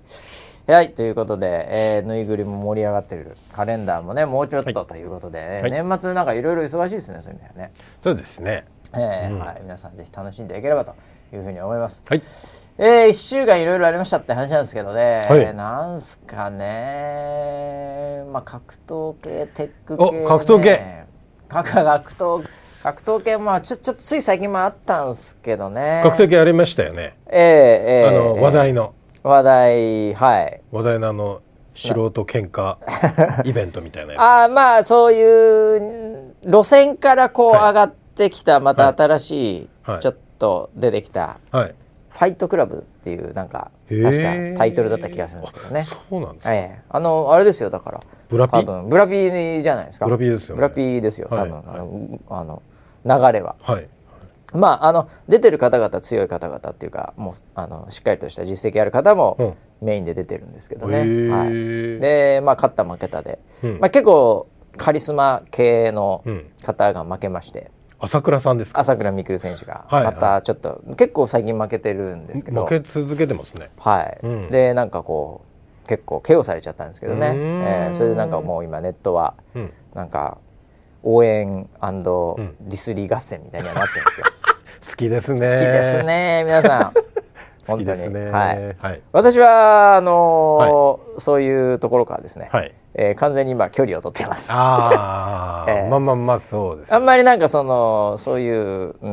はい、ということで、えー、ぬいぐるみも盛り上がってるカレンダーもねもうちょっとということで、はい、年末なんかいろいろ忙しいですねそういう意味ではね。 そうですね、 えーうんはい、皆さんぜひ楽しんでいければというふうに思います。 はいえー、いっしゅうかんいろいろありましたって話なんですけどね、はいえー、なんすかね、まあ、格闘系テック系、ね、 お格闘系格闘格闘系まあちょちょっとつい最近もあったんですけどね。 格闘系ありましたよね。 えーえー、 あの話題の、 えー、話題はい話題のあの素人喧嘩イベントみたいなやつあまあそういう路線からこう上がってきた、はい、また新しい、はい、ちょっと出てきた、はいファイトクラブっていうなんか確かタイトルだった気がするんですけどね。 そうなんですか、 ええ、あのあれですよだからブラピ多分ブラピじゃないですか。 ブラピですよね。 ブラピですよ多分、はい、あのあの流れは、はい、まああの出てる方々強い方々っていうかもうあのしっかりとした実績ある方もメインで出てるんですけどね、うんはい、でまあ勝った負けたで、うんまあ、結構カリスマ系の方が負けまして、 朝倉さんですか。 朝倉未来選手がまたちょっと、はいはい、結構最近負けてるんですけど負け続けてますね。 はい、うん、でなんかこう結構ケーオされちゃったんですけどね、えー、それでなんかもう今ネットはなんか応援&ディスリー合戦みたいにはなってるんですよ好きですね好きですね皆さん好きですね、 はいはい、私はあのーはい、そういうところからですね、はいえー、完全に今距離を取っています。 あ、えー、まあまあまあそうです、ね、 あんまりなんかそのそういう、うんうん、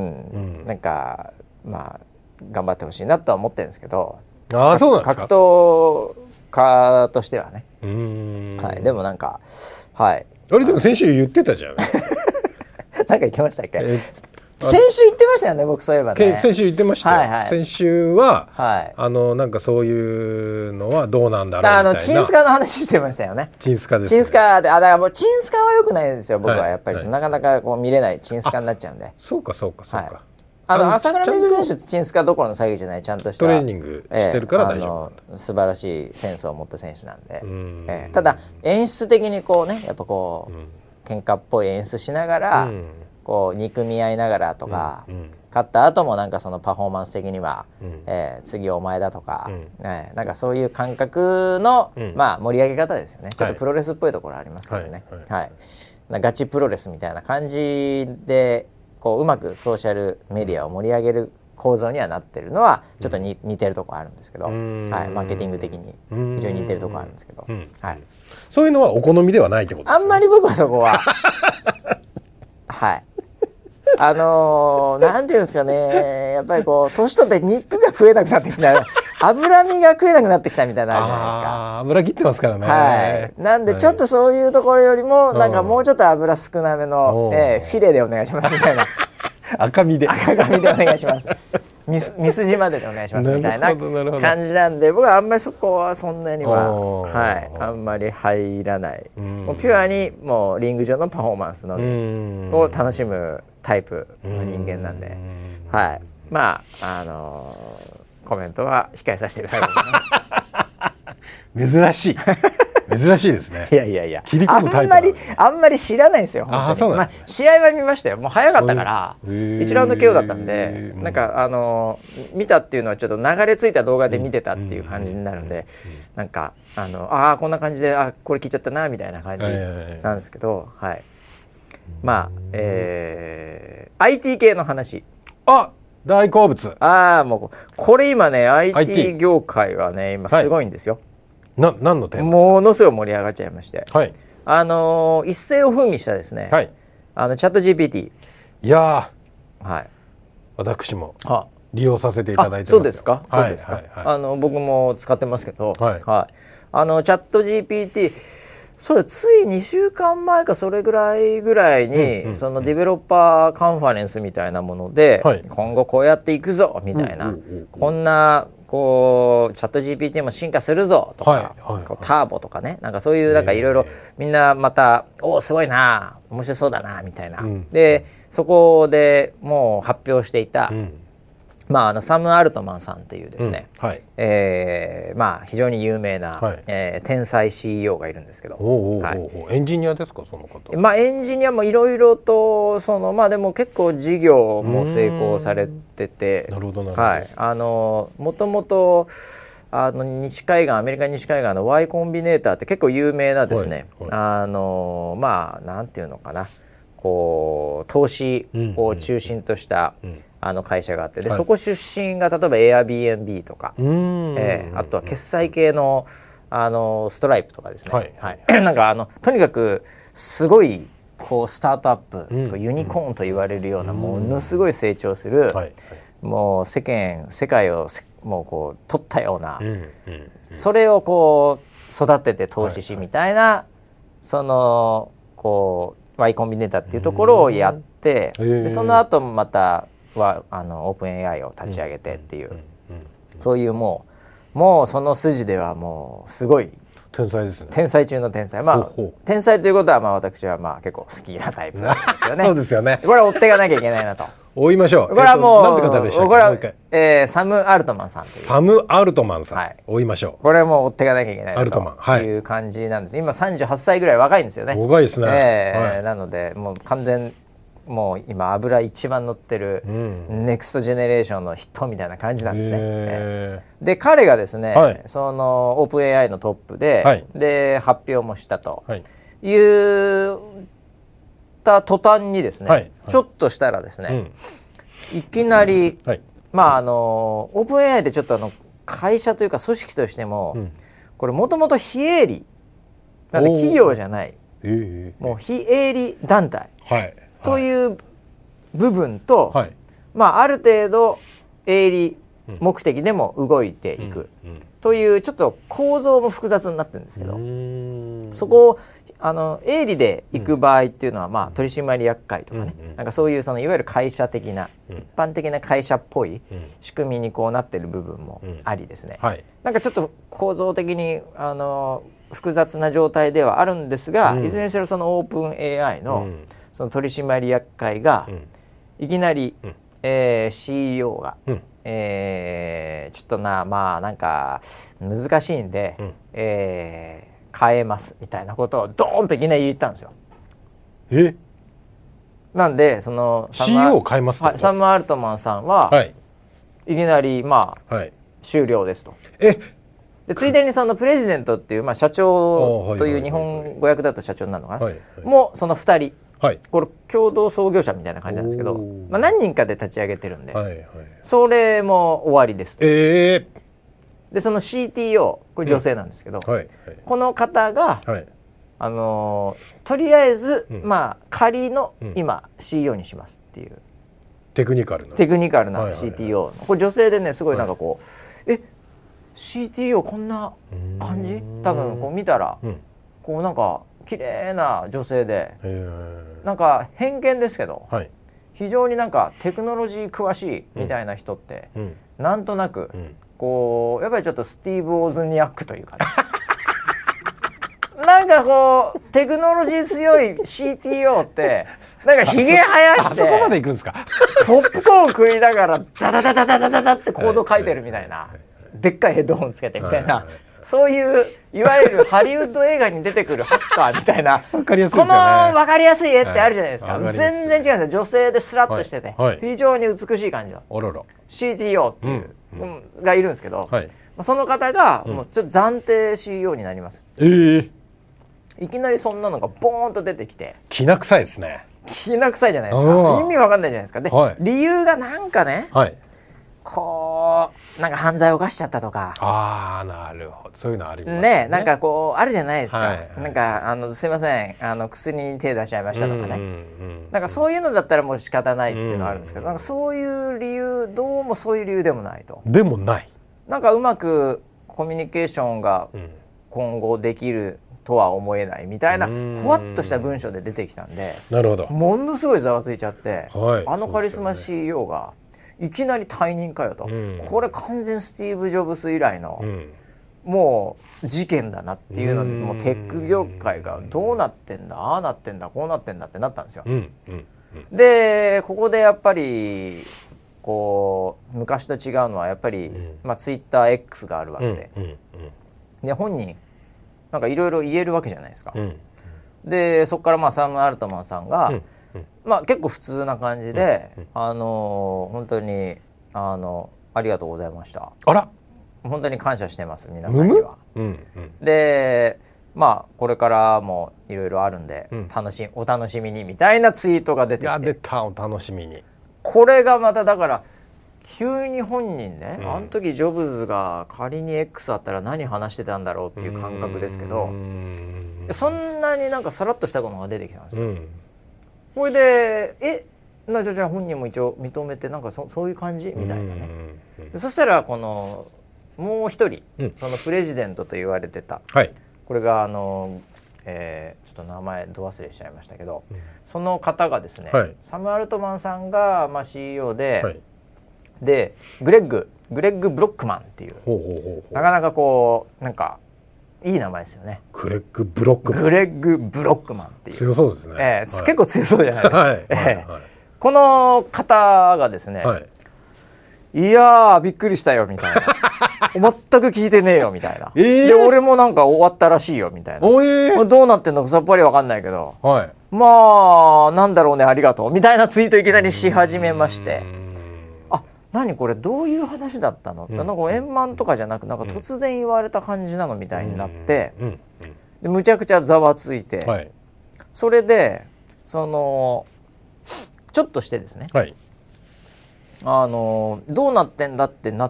なんかまあ頑張ってほしいなとは思ってるんですけど、 あそうなんですか。 格闘家としてはね。うーん、はい、でもなんかはいあれでも先週言ってたじゃんなんか言ってましたっけ、え先週言ってましたよね僕そういえばね。 先週言ってましたよ、はいはい、先週は、はい、あのなんかそういうのはどうなんだろうみたいな。 あのチンスカの話してましたよね。 チンスカです、ね、 チンスカであだからもうチンスカは良くないんですよ僕はやっぱり、はいはい、なかなかこう見れないチンスカになっちゃうんで。 そうかそうかそうか、はい、 あの朝倉未来選手チンスカどころの詐欺じゃないちゃんとしたトレーニングしてるから大丈夫、 えー、素晴らしいセンスを持った選手なんで、うんえー、ただ演出的にこうねやっぱこう、うん、喧嘩っぽい演出しながら、うんこう憎み合いながらとか、うんうん、勝った後もなんかそのパフォーマンス的には、うんえー、次お前だとか、うんえー、なんかそういう感覚の、うんまあ、盛り上げ方ですよね。ちょっとプロレスっぽいところありますけどね、はいはいはい、ガチプロレスみたいな感じでこううまくソーシャルメディアを盛り上げる構造にはなってるのはちょっとに、うん、似てるところあるんですけど、はい、マーケティング的に非常に似てるところあるんですけど、うんはい、 そういうのはお好みではないってことですね。 あんまり僕はそこははいあのー、なんていうんですかねやっぱりこう年取って肉が食えなくなってきた脂身が食えなくなってきたみたいなのあるじゃないですか。 あ油切ってますからね。 はい、なんでちょっとそういうところよりも、はい、なんかもうちょっと油少なめの、えー、フィレでお願いしますみたいな赤身で赤身でお願いしますミス、ミスジまででお願いしますみたいな感じなんで、僕はあんまりそこはそんなには、はい、あんまり入らない。もうピュアにもうリング上のパフォーマンスのみを楽しむタイプの人間なんで、はい、まああのー、コメントは控えさせていただきます。 珍しい珍しいですね。 いやいやいや、 切り込むタイプあんまりあんまり知らないんですよ。本当に。まあ試合は見ましたよ。もう早かったからいちラウンド ケーオー だったんで、なんかあの見たっていうのはちょっと流れ着いた動画で見てたっていう感じになるんで、なんかあのあこんな感じであこれ聞いちゃったなみたいな感じなんですけど、はい。まあ、えー、アイティー 系の話。 あ、大好物。 ああもうこれ今ね アイティー 業界はね今すごいんですよ。 な何のテーマですか？ ものすごい盛り上がっちゃいまして、 はい、 あのー、一世を風靡したですね、はい、あのチャット ジーピーティー、 いやー、はい、 私も利用させていただいてますよ。 そうですか、 はい、 そうですか、はいはいはい、あの僕も使ってますけど、はいはい、あのチャット ジーピーティー、それついにしゅうかんまえかそれぐらいぐらいに、うんうん、そのディベロッパーカンファレンスみたいなもので、はい、今後こうやっていくぞみたいな、うんうんうん、こんなこうチャット ジーピーティー も進化するぞとか、はいはいはい、こうターボとかね、なんかそういうなんかいろいろみんなまたおーすごいな面白そうだなみたいな、うん、でそこでもう発表していた、うん、まあ、あのサム・アルトマンさんっていうですね、うんはいえーまあ、非常に有名な、はいえー、天才 シーイーオー がいるんですけど、 おうおうおう、はい、エンジニアですかその方？ まあ、エンジニアもいろいろとその、まあ、でも結構事業も成功されてて、 なるほどなるほど、 はい、あのもともとあの西海岸アメリカ西海岸の Y コンビネーターって結構有名なですね、はいはい、あのまあなんていうのかな、こう投資を中心とした、うんうんうんあの会社があって、で、はい、そこ出身が例えば Airbnb とか、えー、あとは決済系の、あのストライプとかですね、はいはい、なんかあのとにかくすごいこうスタートアップ、うん、ユニコーンと言われるような、うん、ものすごい成長する、はいはい、もう世間世界をもうこう取ったような、うんうんうん、それをこう育てて投資しみたいな、はいはい、そのこう Y コンビネーターっていうところをやって、でその後またはあのオープン エーアイ を立ち上げてっていう、うんうんうんうん、そういうもうもうその筋ではもうすごい天才ですね。 天才中の天才、まあほうほう、天才ということはまあ私はまあ結構好きなタイプなんですよね。 そうですよね。 これは追っていかなきゃいけないなと。 追いましょう。 これはもう、 えー、なんて方でしたっけ？ これは、えー、サム・アルトマンさんという。 サム・アルトマンさん、はい、追いましょう。 これはもう追っていかなきゃいけないなアルトマン、はい、 という感じなんです。今さんじゅうはっさいぐらい若いんですよね。 若いですね。 えーはい、 なのでもう完全もう今油一番乗ってる、うん、ネクストジェネレーションのヒットみたいな感じなんですね。えー、で彼がですね、はい、そのオープン エーアイ のトップで、はい、で発表もしたと、はい、言った途端にですね、はい、ちょっとしたらですね、うん、いきなり、はい、まああのオープン エーアイ ってちょっとあの会社というか組織としても、うん、これもともと非営利なんで企業じゃない、えー、もう非営利団体、はいという部分と、はい、まあ、ある程度営利目的でも動いていく、うんうん、というちょっと構造も複雑になってるんですけど、そこをあの営利で行く場合っていうのは、まあ、取締役会とかね、うんうん、なんかそういうそのいわゆる会社的な、うん、一般的な会社っぽい仕組みにこうなってる部分もありですね、うんはい、なんかちょっと構造的にあの複雑な状態ではあるんですが、うん、いずれにしろそのオープン エーアイ の、うんその取締役会が、うん、いきなり、うんえー、シーイーオー が、うんえー、ちょっとなまあなんか難しいんで、うんえー、変えますみたいなことをドーンといきなり言ったんですよ。 えなんでそのシーイーオー 変えますか？ サム・アルトマンさんは、はい、いきなりまあ、はい、終了ですと。 えでついでにそのプレジデントっていう、まあ、社長という日本語訳だと社長になるのかな、はいはい、もうそのふたりはい、これ共同創業者みたいな感じなんですけど、まあ、何人かで立ち上げてるんで、はいはい、それも終わりです、 えー、でその シーティーオー これ女性なんですけど、うんはいはい、この方が、はい、あのー、とりあえず、うんまあ、仮の今、うん、シーイーオー にしますっていうテクニカルなテクニカルな シーティーオー の、はいはいはい、これ女性でねすごいなんかこう、はい、えシーティーオー こんな感じ？多分こう見たら、うん、こうなんか綺麗な女性で、なんか偏見ですけど、はい、非常になんかテクノロジー詳しいみたいな人って、うん、なんとなく、うん、こうやっぱりちょっとスティーブ・オーズニアックというか、ね、なんかこうテクノロジー強い シーティーオー ってなんかひげ生やしてあそこまで行くんですかポップコーン食いながらダダダダダダダダってコード書いてるみたいな、でっかいヘッドホンつけてみたいな、そういういわゆるハリウッド映画に出てくるハッカーみたいな分かりやすいですよね、 この分かりやすい絵ってあるじゃないですか、はい、全然違うんですよ。女性でスラッとしてて、はい、非常に美しい感じの シーティーオー っていう、うんうん、がいるんですけど、はい、その方がもうちょっと暫定 シーイーオー になります、うん、えー、いきなりそんなのがボーンと出てきて、 きな臭いですね。 きな臭いじゃないですか。意味わかんないじゃないですか。で、はい、理由がなんかね、はい、こうなんか犯罪を犯しちゃったとか、 ああなるほど、そういうのありますね, ねなんかこうあるじゃないですか、はいはい、なんかあのすいませんあの薬に手出しちゃいましたとかね、うんうんうん、なんかそういうのだったらもう仕方ないっていうのはあるんですけど、うんうん、なんかそういう理由、どうもそういう理由でもないと。 でもない、 なんかうまくコミュニケーションが今後できるとは思えないみたいなふわっとした文章で出てきたんで、 なるほど、 ものすごいざわついちゃって、はい、あのカリスマ シーイーオー がいきなり退任かよと、うん、これ完全スティーブ・ジョブス以来の、うん、もう事件だなっていうので、もうテック業界がどうなってんだ、ああなってんだ、こうなってんだってなったんですよ、うんうんうん、でここでやっぱりこう昔と違うのはやっぱり、うんまあ、ツイッター X があるわけで、うんうんうん、で本人なんかいろいろ言えるわけじゃないですか、うん、でそこからまあサム・アルトマンさんが、うんうんまあ、結構普通な感じで、うんうん、あの本当にあのありがとうございました、 あら本当に感謝してます皆さんには、うんうん、でまあこれからもいろいろあるんで、うん、楽しお楽しみにみたいなツイートが出てきて、いや出た、お楽しみに。 これがまただから急に本人ね、うん、あの時ジョブズが仮に X あったら何話してたんだろうっていう感覚ですけど、そんなになんかさらっとしたものが出てきたんですよ、うん、これでえなじゃあ本人も一応認めてなんか そ, そういう感じみたいなね、でそしたらこのもう一人、うん、そのプレジデントと言われてた、はい、これがあの、えー、ちょっと名前ど忘れしちゃいましたけど、うん、その方がですね、はい、サム・アルトマンさんが、まあ、シーイーオー で、はい、でグレッググレッグ・ブロックマンっていうほうほうほうほうなかなかこうなんかいい名前ですよね。 グレッグ・ブロックマン、 グレッグ・ブロックマンっていう強そうですね、 えーはい、結構強そうじゃないですか、はいはいはいはい、この方がですね、はい、いやーびっくりしたよみたいな全く聞いてねえよみたいな、えー、で俺もなんか終わったらしいよみたいな、えー、どうなってんのかさっぱりわかんないけど、はい、まあなんだろうねありがとうみたいなツイートいきなりし始めまして、あ何これどういう話だったの、うん、なんか円満とかじゃなくなんか突然言われた感じなのみたいになって、うんうん、でむちゃくちゃざわついて、はい、それでそのちょっとしてですね、はい、あのどうなってんだってなって、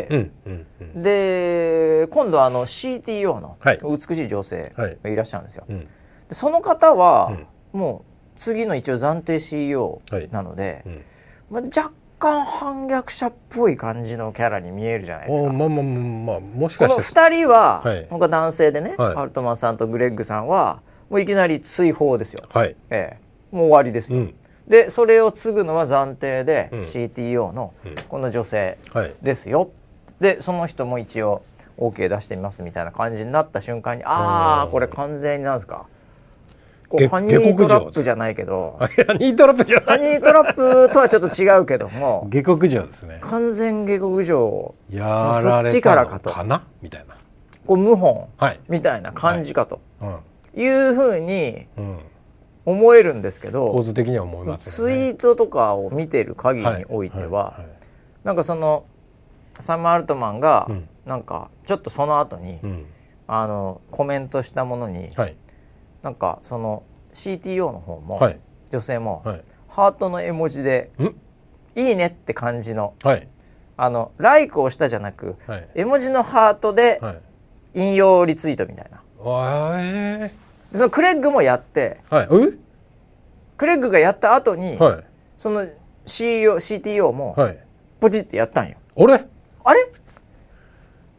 うんうんうん、で今度あの シーティーオー の美しい女性がいらっしゃるんですよ、はいうん、でその方は、うん、もう次の一応暫定 シーイーオー なので、はいうんまあ、若干反逆者っぽい感じのキャラに見えるじゃないですか。 まあまあまあ、もしかしてこのふたりは、はい、僕は男性でね、はい、アルトマンさんとグレッグさんはもういきなり追放ですよ、はいええ、もう終わりですよ、うんでそれを継ぐのは暫定で シーティーオー のこの女性ですよ、うんうんはい、でその人も一応 OK 出してみますみたいな感じになった瞬間にああこれ完全になんですかこうハニートラップじゃないけどハニートラップじゃないハニートラップとはちょっと違うけども下克上ですね。 完全下克上やられたのかなみたいなこう謀反みたいな感じかと、はいうん、いうふうに、うん思えるんですけど構図的には思いますよね。ツイートとかを見てる限りにおいては、はいはいはい、なんかそのサム・アルトマンがなんかちょっとその後に、うん、あのコメントしたものに、はい、なんかその シーティーオー の方も、はい、女性も、はい、ハートの絵文字でいいねって感じの、はい、あのライクをしたじゃなく、はい、絵文字のハートで引用リツイートみたいな、はい、えーそのクレッグもやって、はい、クレッグがやった後に、はい、その シーイーオー、シーティーオー もポチってやったんよ。 あれあれ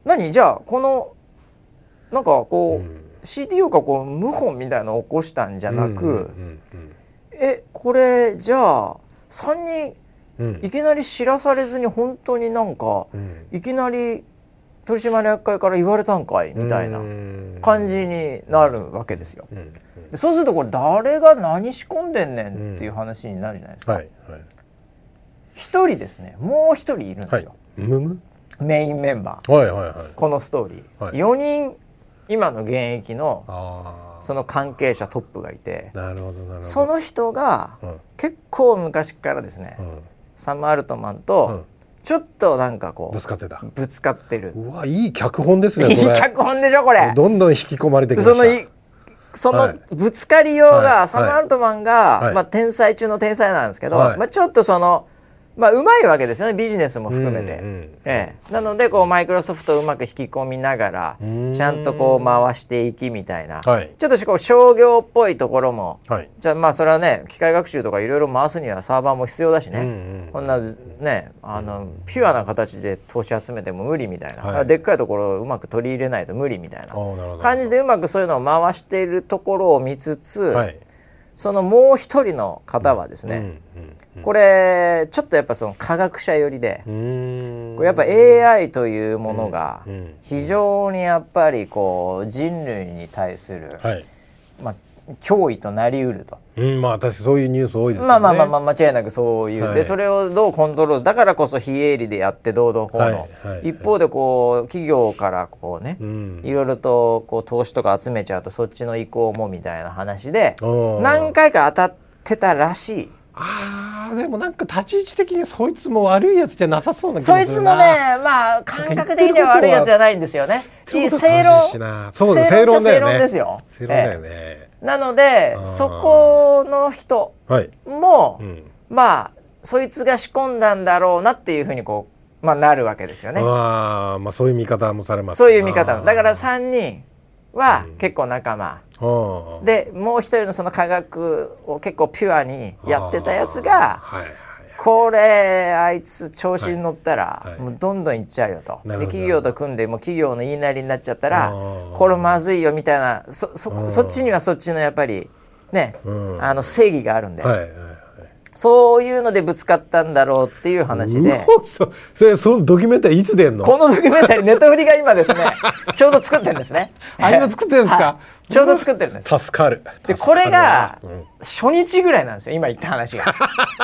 何じゃあこのなんかこう、うん、シーティーオー がこう謀反みたいなのを起こしたんじゃなく、うんうんうんうん、えこれじゃあさんにん、うん、いきなり知らされずに本当になんか、うん、いきなり取締役会から言われたんかいみたいな感じになるわけですよ、うんうん、でそうするとこれ誰が何仕込んでんねんっていう話になるじゃないですか、うんはいはい、ひとりですねもうひとりいるんですよ、はい、むむメインメンバー、はいはいはい、このストーリー、はい、よにん今の現役のその関係者トップがいて、なるほどなるほど、その人が結構昔からですね、うん、サム・アルトマンとちょっとなんかこうぶつかってたぶつかってる。 うわいい脚本ですねこれ。いい脚本でしょこれ。 どんどん引き込まれてきました。 そのそのぶつかりようが、はい、サム・アルトマンが、はいまあ、天才中の天才なんですけど、はいまあ、ちょっとそのまあ、うまいわけですよねビジネスも含めて、うんうんええ、なのでこうマイクロソフトをうまく引き込みながらちゃんとこう回していきみたいな、はい、ちょっとこう商業っぽいところも、はい、じゃあまあそれはね機械学習とかいろいろ回すにはサーバーも必要だしね、うんうん、こんなねあのピュアな形で投資集めても無理みたいな、はい、でっかいところをうまく取り入れないと無理みたいな感じでうまくそういうのを回しているところを見つつ、はいそのもう一人の方はですね、うんうんうん、これちょっとやっぱその科学者寄りで、うーんこれやっぱ エーアイ というものが非常にやっぱりこう人類に対する、はいまあ、脅威となりうると、 うんまあ私そういうニュース多いですよね。 まあまあまあ、まあ、間違いなくそういう、はい、でそれをどうコントロールだからこそ非営利でやってどうどうこうの、はいはい、一方でこう企業からこうね、うん、いろいろとこう投資とか集めちゃうとそっちの意向もみたいな話で何回か当たってたらしい。 あーでもなんか立ち位置的にそいつも悪いやつじゃなさそうな気がするな。 そいつもねまあ感覚的には悪いやつじゃないんですよね。正論正論正論ですよ。 正論だよね、ええなのでそこの人も、はいうん、まあそいつが仕込んだんだろうなっていうふうにこう、まあ、なるわけですよね。 あ、まあ、そういう見方もされます。 そういう見方だからさんにんは結構仲間、うん、でもう一人のその科学を結構ピュアにやってたやつが、はい、これあいつ調子に乗ったら、はいはい、もうどんどんいっちゃうよと、で企業と組んでもう企業の言いなりになっちゃったらこれまずいよみたいな そ, そ, そっちにはそっちのやっぱりね、うん、あの正義があるんで、はいはいはい、そういうのでぶつかったんだろうっていう話で、 そ, それそのドキュメンタリーいつ出んの？ このドキュメンタリーネットフリが今ですねちょうど作ってるんですね。 あ今作ってるんですか、はい、 ちょうど作ってるんです。 助かる。 でこれが初日ぐらいなんですよ今言った話が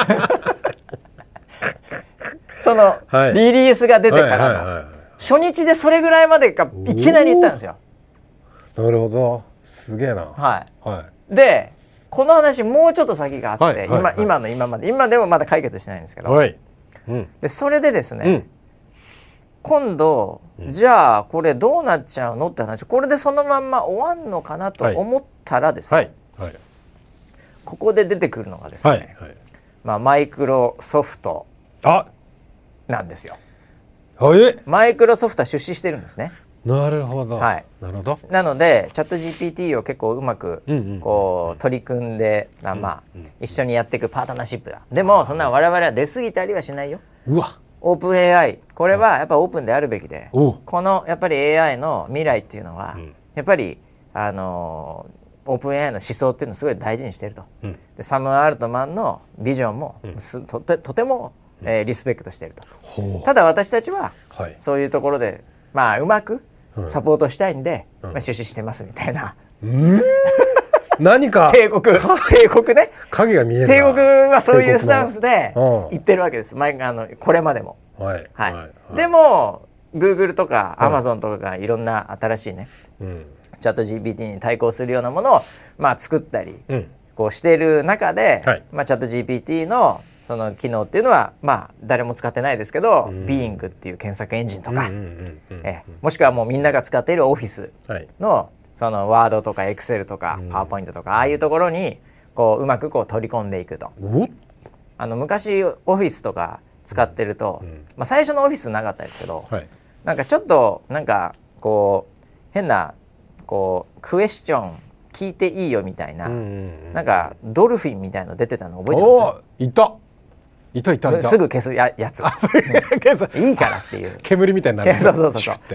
その、はい、リリースが出てからの、はいはいはいはい、初日でそれぐらいまでかいきなり行ったんですよ。 なるほどすげえな、 はいはい、でこの話もうちょっと先があって、はいはいはい、今, 今の今まで今でもまだ解決してないんですけど、はいうん、でそれでですね、うん、今度、うん、じゃあこれどうなっちゃうのって話、これでそのまんま終わんのかなと思ったらですね、はいはい、ここで出てくるのがですね、はいはいまあ、マイクロソフトなんですよ。マイクロソフトは出資してるんですね。 なるほど、はい、なるほど。 なのでチャット ジーピーティー を結構うまくこう取り組んで、まあまあ一緒にやっていくパートナーシップだ。でもそんな我々は出過ぎたりはしないよ。うわオープン エーアイ これはやっぱオープンであるべきで、このやっぱり エーアイ の未来っていうのはやっぱりあのオープン エーアイ の思想っていうのをすごい大事にしていると、うん、でサム・アルトマンのビジョンも、うん、と, てとても、えー、リスペクトしていると、うん、ただ私たちは、はい、そういうところでまあうまくサポートしたいんで、うんまあ、出資してますみたいな、うん、 何か帝国帝国ね影が見えるな。 帝国はそういうスタンスで言ってるわけです、前あのこれまでも、はいはいはい、でも Google とか Amazon とかがいろんな新しいね、うん、チャット ジーピーティー に対抗するようなものを、まあ、作ったり、うん、こうしている中で、はいまあ、チャット ジーピーティー のその機能っていうのはまあ誰も使ってないですけど、うん、Bing っていう検索エンジンとか、えもしくはもうみんなが使っている Office の、はい、その Word とか Excel とか、うん、PowerPoint とかああいうところにこううまくこう取り込んでいくと、うん、あの昔 Office とか使ってると、うんまあ、最初の Office なかったですけど、はい、なんかちょっとなんかこう変なこうクエスチョン聞いていいよみたいな、うんうんうん、なんかドルフィンみたいの出てたの覚えてます？ おいたいたいたいたすぐ消す や, やついいからっていう煙みたいになるそうそうそうそう、 はい、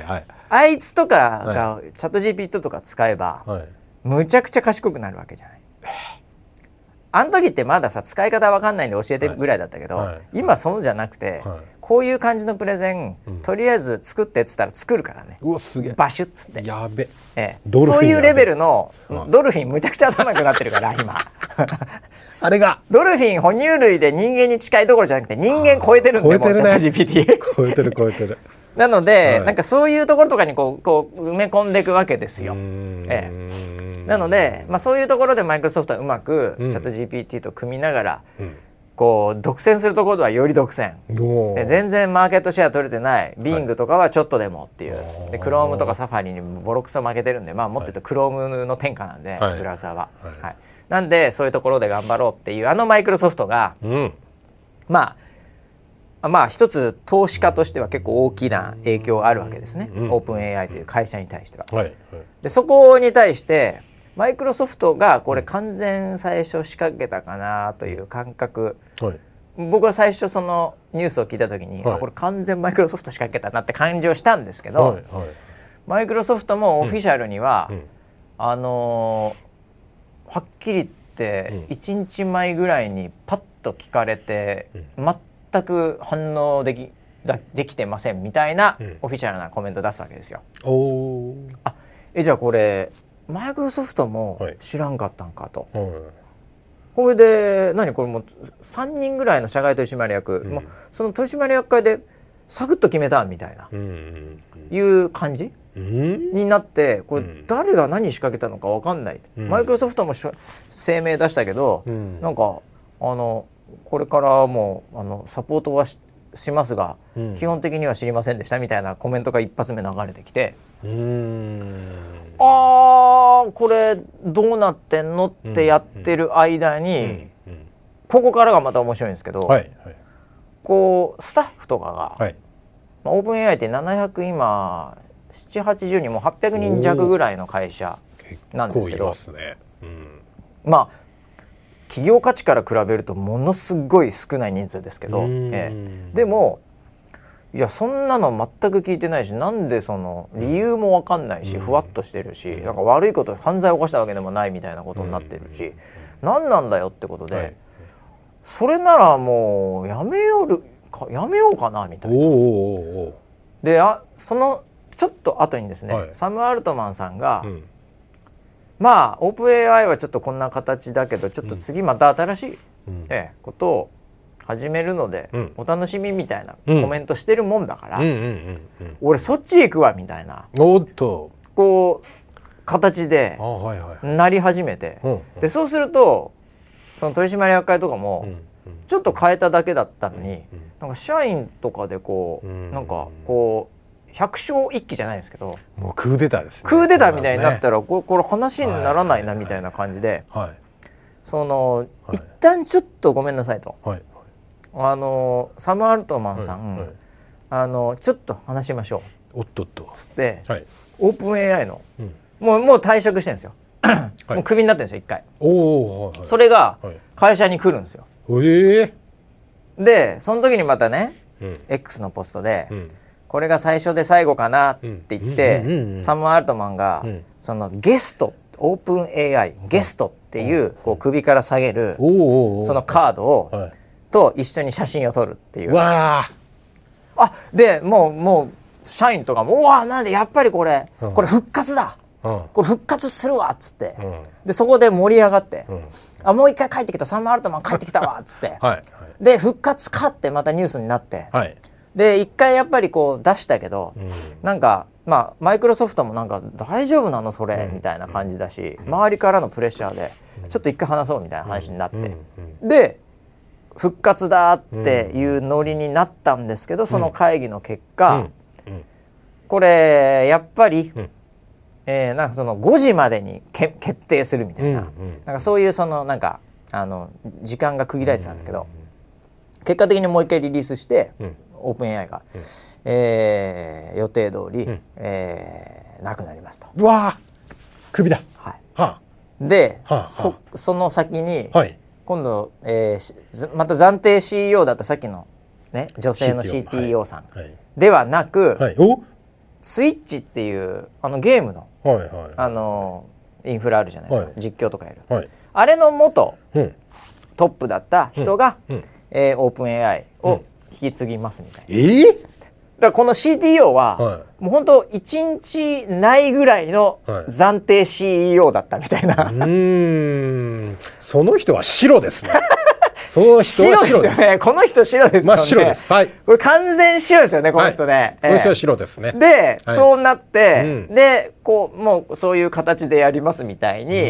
あいつとかが、はい、チャット ジーピーティー とか使えば、はい、むちゃくちゃ賢くなるわけじゃない。あの時ってまださ使い方わかんないんで教えてるぐらいだったけど、はいはい、今そうじゃなくて、はい、こういう感じのプレゼン、うん、とりあえず作ってっつったら作るからね。 うわすげえバシュッつってやべ、 ええ、そういうレベルのドルフィンむちゃくちゃ頭良くなってるから今あれがドルフィン哺乳類で人間に近いところじゃなくて人間超えてるんで、もうチャット ジーピーティー超えてる超えてるなので、はい、なんかそういうところとかにこう、こう埋め込んでいくわけですよ。ええ、なので、まあ、そういうところでマイクロソフトはうまく、うん、チャット ジーピーティー と組みながら、うん、こう独占するところではより独占で、全然マーケットシェア取れてない Bing とかはちょっとでもっていう、はい、で Chrome とか Safari にボロクソ負けてるんで、まあ、もっと言うと Chrome の天下なんで、はい、ブラウザーは、はいはい、なんでそういうところで頑張ろうっていうあのマイクロソフトが、うん、まあまあ一つ投資家としては結構大きな影響があるわけですね、うん、オープン エーアイ という会社に対しては、はいはい、でそこに対してマイクロソフトがこれ完全最初仕掛けたかなという感覚、はい、僕は最初そのニュースを聞いた時に、はい、これ完全マイクロソフト仕掛けたなって感じをしたんですけど、はいはい、マイクロソフトもオフィシャルには、うんうん、あのー、はっきり言っていちにちまえぐらいにパッと聞かれて、うん、全く反応でき、できてませんみたいなオフィシャルなコメントを出すわけですよ、うん、おあえじゃあこれマイクロソフトも知らんかったんかと、はい、ほいで何これもうさんにんぐらいの社外取締役、うんま、その取締役会でサクッと決めたみたいな、うんうんうん、いう感じ、うん、になって、これ誰が何仕掛けたのか分かんない、うん、マイクロソフトも声明出したけど、うん、なんかあのこれからもあのサポートは し, しますが、うん、基本的には知りませんでしたみたいなコメントが一発目流れてきて、うーんあーこれどうなってんのってやってる間に、うんうんうん、ここからがまた面白いんですけど、はいはい、こうスタッフとかが、はいまあ、オープン エーアイ ってななひゃく今ななじゅうはちじゅうにんもはっぴゃくにん弱ぐらいの会社なんですけど、結構いますね、うん、まあ企業価値から比べるとものすごい少ない人数ですけど、ええ、でもいやそんなの全く聞いてないし、なんでその理由も分かんないし、ふわっとしてるし、なんか悪いこと犯罪を起こしたわけでもないみたいなことになってるし、何なんだよってことで、はい、それならもうやめようかやめようかなみたいな。おーおーおーであそのちょっと後にですね、はい、サム・アルトマンさんが、うん、まあオープン エーアイ はちょっとこんな形だけどちょっと次また新しい、うんええ、ことを始めるので、うん、お楽しみみたいなコメントしてるもんだから、うんうんうんうん、俺そっち行くわみたいなおっとこう形でなり始めて、はいはい、でそうするとその取締役会とかもちょっと変えただけだったのに、うんうん、なんか社員とかでこう、うん、なんかこう百姓一揆じゃないですけどもうクーデターですね。 クーデターみたいになったら、ね、こ, れこれ話にならないなみたいな感じで、はいはいはい、その、はい、一旦ちょっとごめんなさいと、はい、あのサム・アルトマンさん、はいはい、あのちょっと話しましょうおっとっとつって、はい、オープン エーアイ の、うん、もう、もう退職してるんですよ、はい、もうクビになってるんですよ一回お、はいはい、それが会社に来るんですよ、はい、えー、でその時にまたね、うん、X のポストで、うんこれが最初で最後かなって言って、うんうんうんうん、サム・アルトマンが、うん、そのゲストオープン エーアイ ゲストっていう、こう首から下げる、うん、そのカードを、はい、と一緒に写真を撮るっていうわあでもうもう社員とかもうわなんでやっぱりこれ、うん、これ復活だ、うん、これ復活するわっつって、うん、でそこで盛り上がって、うん、あもう一回帰ってきたサム・アルトマン帰ってきたわっつって、はいはい、で復活かってまたニュースになって、はいで一回やっぱりこう出したけど、うん、なんかまあマイクロソフトもなんか大丈夫なのそれ、うん、みたいな感じだし、うん、周りからのプレッシャーでちょっと一回話そうみたいな話になって、うん、で復活だっていうノリになったんですけど、その会議の結果、これやっぱり、えー、なんかそのごじまでにけ決定するみたいな、なんかそういうそのなんかあの時間が区切られてたんですけど、結果的にもう一回リリースして、オープン エーアイ が、うんえー、予定通り、うんえー、なくなりますと。 うわークビだ、 はいはあ、で、はあはあ、そ, その先に、はい、今度、えー、また暫定 シーイーオー だったさっきの、ね、女性の シーティーオー さん、はいはい、ではなく、はい、おスイッチっていうあのゲームの、 はいはい、 あのインフラあるじゃないですか、はい、実況とかやる、 はい、 あれの元、うん、トップだった人が、うんうんえー、オープン エーアイ を引き継ぎますみたいな、 うん、えー、だからこの シーティーオー は、はい、もう本当いちにちないぐらいの暫定 シーイーオー だったみたいな、はい、うーんその人は白ですねその人は白です。 白ですよね。この人白ですよね。 まあ白です。はい。 これ完全白ですよね、この人ね。はい、 この人は白ですね。 で、はい、そうなって、うん、で、こうもうそういう形でやりますみたいに、うん、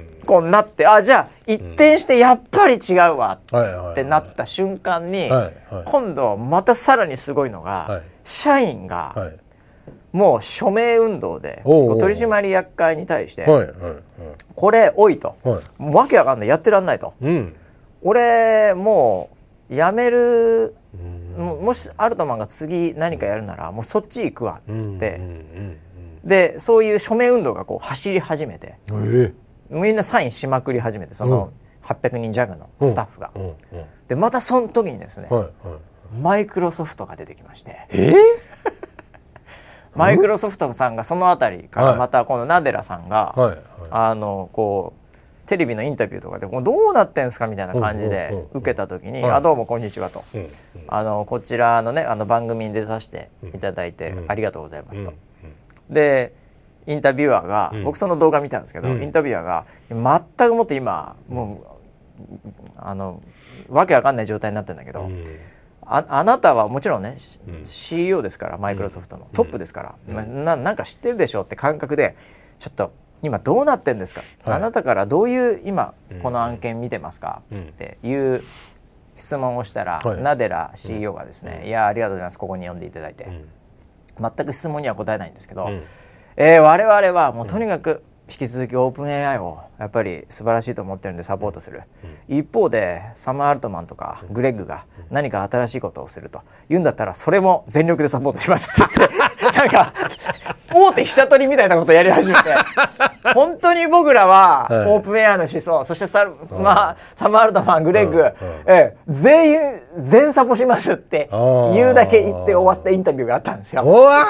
こうなって、あ、じゃあ一転してやっぱり違うわってなった瞬間に、今度またさらにすごいのが、はい、社員が、はい、もう署名運動で取締役会に対して、はいはいはい、これおいと、はい、わけわかんないやってらんないと。うん俺もうやめる も, もしアルトマンが次何かやるならもうそっち行くわっつって、うんうんうん、でそういう署名運動がこう走り始めて、えー、みんなサインしまくり始めてそのはっぴゃくにん弱のスタッフが、うんうんうん、でまたその時にですね、はいはい、マイクロソフトが出てきまして、えー、マイクロソフトさんがそのあたりからまたこのナデラさんが、はいはいはい、あのこうテレビのインタビューとかでもうどうなってんすかみたいな感じで受けた時に、あどうもこんにちはと、あのこちらのねあの番組に出させていただいてありがとうございますと。でインタビュアーが、僕その動画見たんですけど、インタビュアーが全くもって今もうあのわけわかんない状態になってるんだけど、あ, あなたはもちろんね、シーイーオー ですからマイクロソフトのトップですから、な, なんか知ってるでしょって感覚でちょっと今どうなってんですか、はい、あなたからどういう今この案件見てますか、うん、っていう質問をしたら、はい、ナデラ シーイーオー がですね、うん、いやありがとうございますここに呼んでいただいて、うん、全く質問には答えないんですけど、うんえー、我々はもうとにかく引き続きオープン エーアイ をやっぱり素晴らしいと思ってるんでサポートする、うん、一方でサム・アルトマンとかグレッグが何か新しいことをすると言うんだったらそれも全力でサポートしますって言ってなんか大手飛車取りみたいなことをやり始めて本当に僕らはオープン エーアイ の思想、はい、そしてサ、まあ、サム・アルトマングレッグ、え全員全サポしますって言うだけ言って終わったインタビューがあったんですよ。 おわ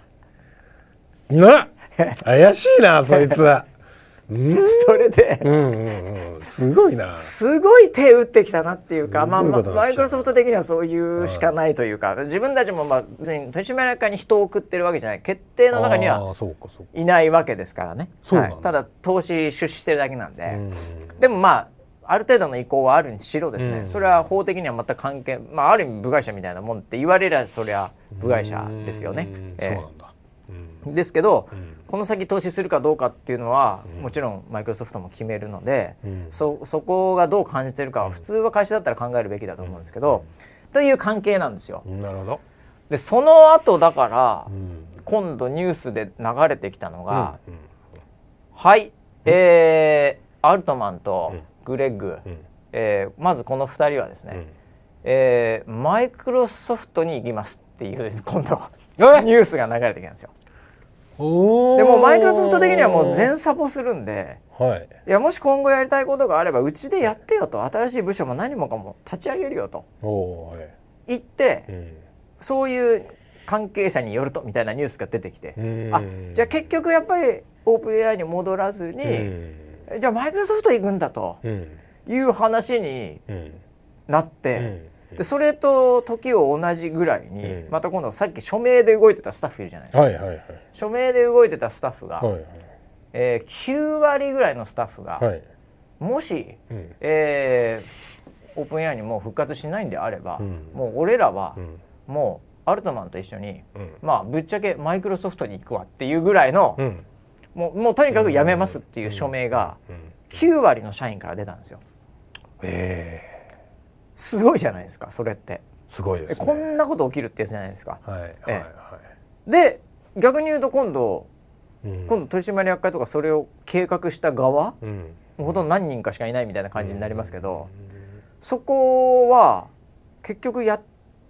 な怪しいなそいつはそれで、うんうんうん、すごいなすごい手打ってきたなっていうか、まあ、マイクロソフト的にはそういうしかないというか、自分たちもまあ別に取締役会に人を送ってるわけじゃない、決定の中にはいないわけですからね、はい、ただ投資出資してるだけなんで、うんでもまあある程度の意向はあるにしろですね、うん、それは法的には全く関係、まあ、ある意味部外者みたいなもんって言われりゃそりゃ部外者ですよね、えー、そうなんだ、うん、ですけど、うんこの先投資するかどうかっていうのは、うん、もちろんマイクロソフトも決めるので、うん、そ, そこがどう感じてるかは普通は会社だったら考えるべきだと思うんですけど、うん、という関係なんですよ。 なるほど。 でその後だから、うん、今度ニュースで流れてきたのが、うんうん、はい、えー、アルトマンとグレッグ、うんえー、まずこのふたりはですね、うんえー、マイクロソフトに行きますっていう今度ニュースが流れてきたんですよ。でもマイクロソフト的にはもう全サポするんで、はい、いやもし今後やりたいことがあればうちでやってよと、新しい部署も何もかも立ち上げるよと言って、うん、そういう関係者によるとみたいなニュースが出てきて、あじゃあ結局やっぱりオープン エーアイ に戻らずに、じゃあマイクロソフト行くんだという話になって、うんでそれと時を同じぐらいに、うん、また今度さっき署名で動いてたスタッフいるじゃないですか、はいはいはい、署名で動いてたスタッフが、はいはいえー、きゅうわりぐらいのスタッフが、はい、もし、うんえー、オープン エーアイ にもう復活しないんであれば、うん、もう俺らは、うん、もうアルトマンと一緒に、うん、まあぶっちゃけマイクロソフトに行くわっていうぐらいの、うん、もう、もうとにかく辞めますっていう署名がきゅうわりの社員から出たんですよ。えーすごいじゃないですかそれって。 すごいですね。 こんなこと起きるってやつじゃないですか、はいはいはい、 で逆に言うと今度、うん、今度取締役会とかそれを計画した側、うん、もうほとんど何人かしかいないみたいな感じになりますけど、うん、そこは結局やって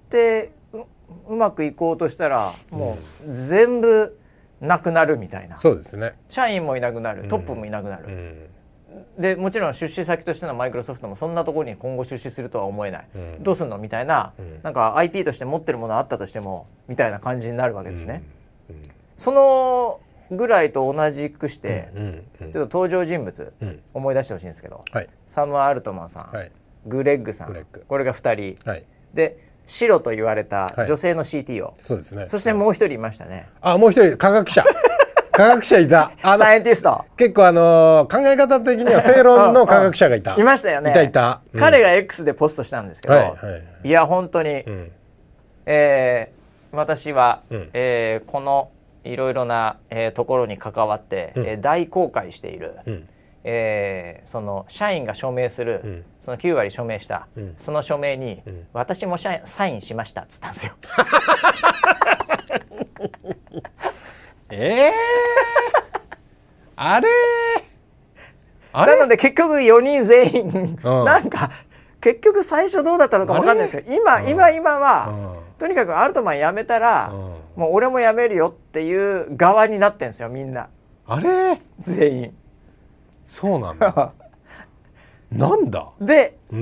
う, うまくいこうとしたらもう全部なくなるみたいな、 そうですね。社員もいなくなる、トップもいなくなる、うんでもちろん出資先としてのマイクロソフトもそんなところに今後出資するとは思えない、うん、どうすんのみたいな、うん、なんか アイピー として持ってるものあったとしてもみたいな感じになるわけですね、うんうん、 そのぐらいと同じくして、うんうんうん、ちょっと登場人物、うん、思い出してほしいんですけど、はい、サム・アルトマンさん、はい、グレッグさん、これがふたり、はい、で白と言われた女性の シーティーオー、はい、そうですね、そしてもう一人いましたね。 あ、もう一人科学者科学者いた。あのサイエンティスト、 結構あのー、考え方的には正論の科学者がいたいましたよね。 いたいた、 うん、彼が X でポストしたんですけど、はいはいはい、いや本当に、うん、えー、私は、うん、えー、このいろいろな、えー、ところに関わって、うん、えー、大公開している、うん、えー、その社員が署名する、うん、そのきゅうわり署名した、うん、その署名に、うん、私もサインしましたっつったんですよえー、あれあれなので結局よにん全員、うん、なんか結局最初どうだったのか分かんないですよ。今、うん、今今は、うん、とにかくアルトマン辞めたら、うん、もう俺も辞めるよっていう側になってんですよみんな。 あれ全員そうなんだなんだで、うん、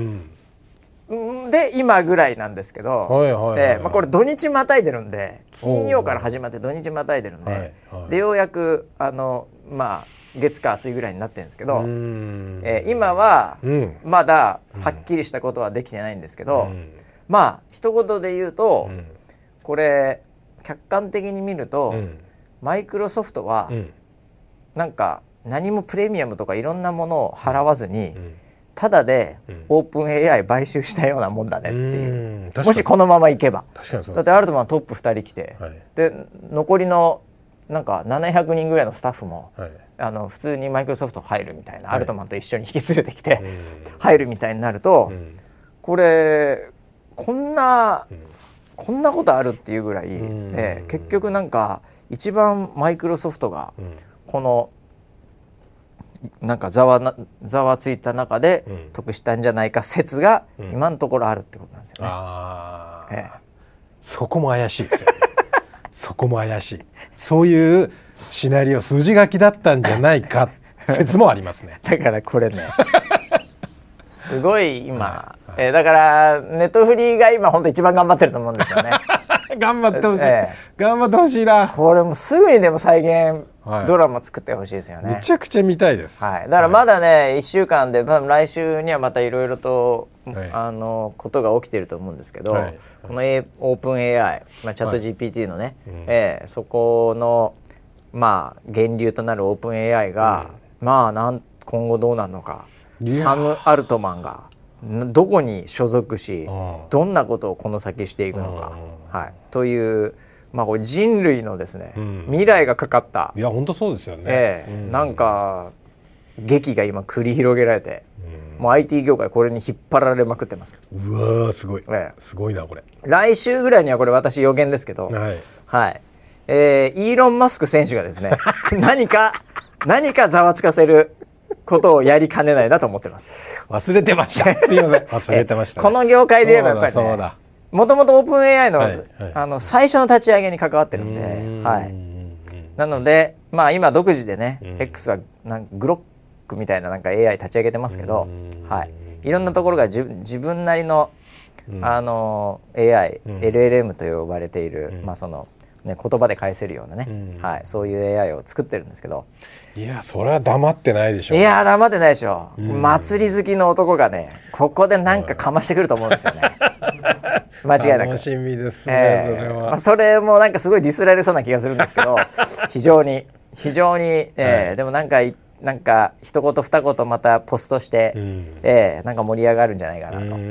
で今ぐらいなんですけど、はいはいはいはい、でまあ、これ土日またいでるんで、金曜から始まって土日またいでるんで、はいはい、でようやくあのまあ月火水ぐらいになってるんですけど、えー、今はまだはっきりしたことはできてないんですけど、うん、まあ一言で言うと、うん、これ客観的に見ると、うん、マイクロソフトは、うん、なんか何もプレミアムとかいろんなものを払わずに、うん、ただでオープン エーアイ 買収したようなもんだねっていう、もしこのままいけば。確かにそうですね。だってアルトマントップふたり来て、はい、で残りのなんかななひゃくにんぐらいのスタッフも、はい、あの普通にマイクロソフト入るみたいな、はい、アルトマンと一緒に引き連れてきて、うん、入るみたいになると、うん、これこんな、うん、こんなことあるっていうぐらい、うん、えー、結局なんか一番マイクロソフトがこのなんかざわなざわついた中で得したんじゃないか説が今のところあるってことなんですよね。うん、あ、 ええ、そこも怪しいですよねそこも怪しい。そういうシナリオ筋書きだったんじゃないか説もありますねだからこれねすごい今、はいはい、えー、だからネットフリーが今本当一番頑張ってると思うんですよね頑張ってほしい、えー、頑張ってほしいな。 これもすぐにでも再現ドラマ作ってほしいですよね、 はい、めちゃくちゃ見たいです、 はい、だからまだね、はい、いっしゅうかんで多分来週にはまたいろいろと、はい、あのことが起きてると思うんですけど、はい、この、A、オープン エーアイ、まあ、チャット ジーピーティー のね、はい、えー、そこのまあ源流となるオープン エーアイ が、うん、まあなん今後どうなるのか、サム・アルトマンがどこに所属し、どんなことをこの先していくのか、はい、という、まあ、これ人類のですね、うん、未来がかかった、 いや本当そうですよね、 えーうん、なんか劇が今繰り広げられて、うん、もう アイティー 業界これに引っ張られまくってます。 うわーすごい、えー、すごいなこれ。 来週ぐらいにはこれ私予言ですけど、はい、はい、えー、イーロン・マスク選手がですね何か何かざわつかせることをやりかねないなと思ってます。 忘れてましたすいません忘れてました、ね、 この業界で言えばやっぱりね、もともとオープン エーアイ の、はいはい、あの最初の立ち上げに関わってるんで、ん、はい、なので、まあ、今独自でね X はなんかグロックみたいななんか エーアイ 立ち上げてますけど、はい、いろんなところがじ自分なりの、あの エーアイ、エルエルエム と呼ばれている、まあそのね、言葉で返せるようなね、うん、はい、そういう エーアイ を作ってるんですけど、 いやそれは黙ってないでしょう。 いや黙ってないでしょう、うん、祭り好きの男がねここでなんかかましてくると思うんですよね間違いなく。 楽しみですね、 えー、それは、まあ、それもなんかすごいディスられそうな気がするんですけど非常に非常に、えーはい、でもなんかなんか一言二言またポストして、うん、えー、なんか盛り上がるんじゃないかなと、はい、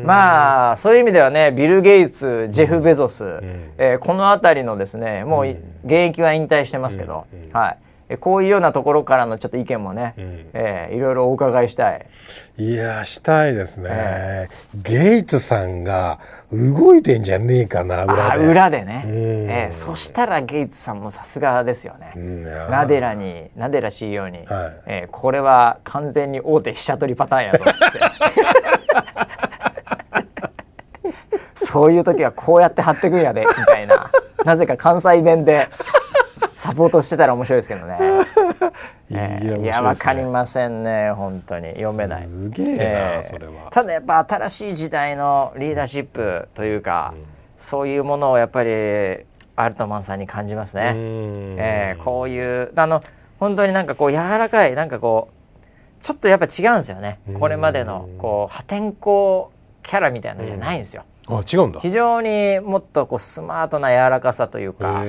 まあそういう意味ではねビル・ゲイツ、ジェフ・ベゾス、うん、えー、この辺りのですねもう、うん、現役は引退してますけど、うんうん、はい、こういうようなところからのちょっと意見もね、うん、えー、いろいろお伺いしたい。 いやしたいですね、えー、ゲイツさんが動いてんじゃねえかな裏で。 あ裏でね、えー、そしたらゲイツさんもさすがですよね、うん、ナデラにナデラ シーイーオー に、はい、えー、これは完全に大手飛車取りパターンやぞっつってそういう時はこうやって張ってくんやでみたいななぜか関西弁でサポートしてたら面白いですけどねい, えー、いや分かりませんね本当に読めない。 すげえな、えー、それは。 ただやっぱ新しい時代のリーダーシップというか、うん、そういうものをやっぱりアルトマンさんに感じますね。えー、こういうあの本当になんかこう柔らかいなんかこうちょっとやっぱ違うんですよね。これまでのこう破天荒キャラみたいなのじゃないんですよ。 あ、違うんだ。 非常にもっとこうスマートな柔らかさというか、はい、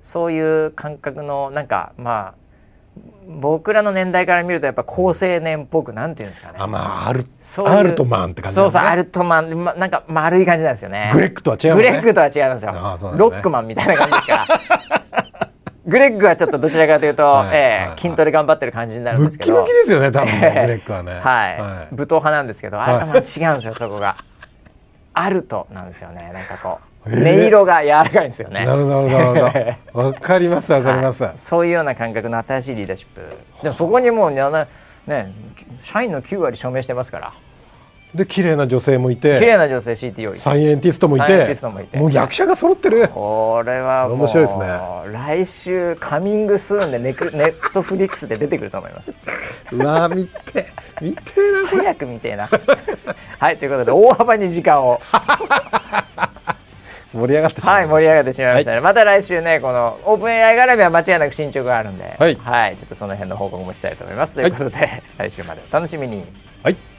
そういう感覚のなんかまあ僕らの年代から見るとやっぱ高青年っぽくなんていうんですかね。 あ、まあアルアルトマンって感じ、ね、 そうそうアルトマン、ま、なんか丸い感じなんですよね。 グレッグとは違う、ね、 グレッグとは違うんですよ。ああ、そうなんですね、ロックマンみたいな感じですからグレッグはちょっとどちらかというと、はいえーはい、筋トレ頑張ってる感じになるんですけど、 ムッキムキですよね多分ね、えー、グレッグはね、 はいはい、武闘派なんですけど、アルトマン違うんですよ、そこがアルトなんですよね。なんかこう音色が柔らかいんですよね。 なるほどなるほどわかりますわかります、はい、 そういうような感覚の新しいリーダーシップでもそこにもうね社員のきゅうわり署名してますから。 で綺麗な女性もいて、 綺麗な女性 シーティーオー いて、 サイエンティストもいて、もう役者が揃ってる。 これはもう面白いですね。 来週カミングスーンでネクネットフリックスで出てくると思います。 うわ見て見てな早く見てえなはいということで大幅に時間を盛り上がってしまいました。 はい盛り上がってしまいましたね、はい、また来週ねこのオープン エーアイ 絡みは間違いなく進捗があるんで、はい、はい、ちょっとその辺の報告もしたいと思います、はい、ということで来週までお楽しみに。 はい。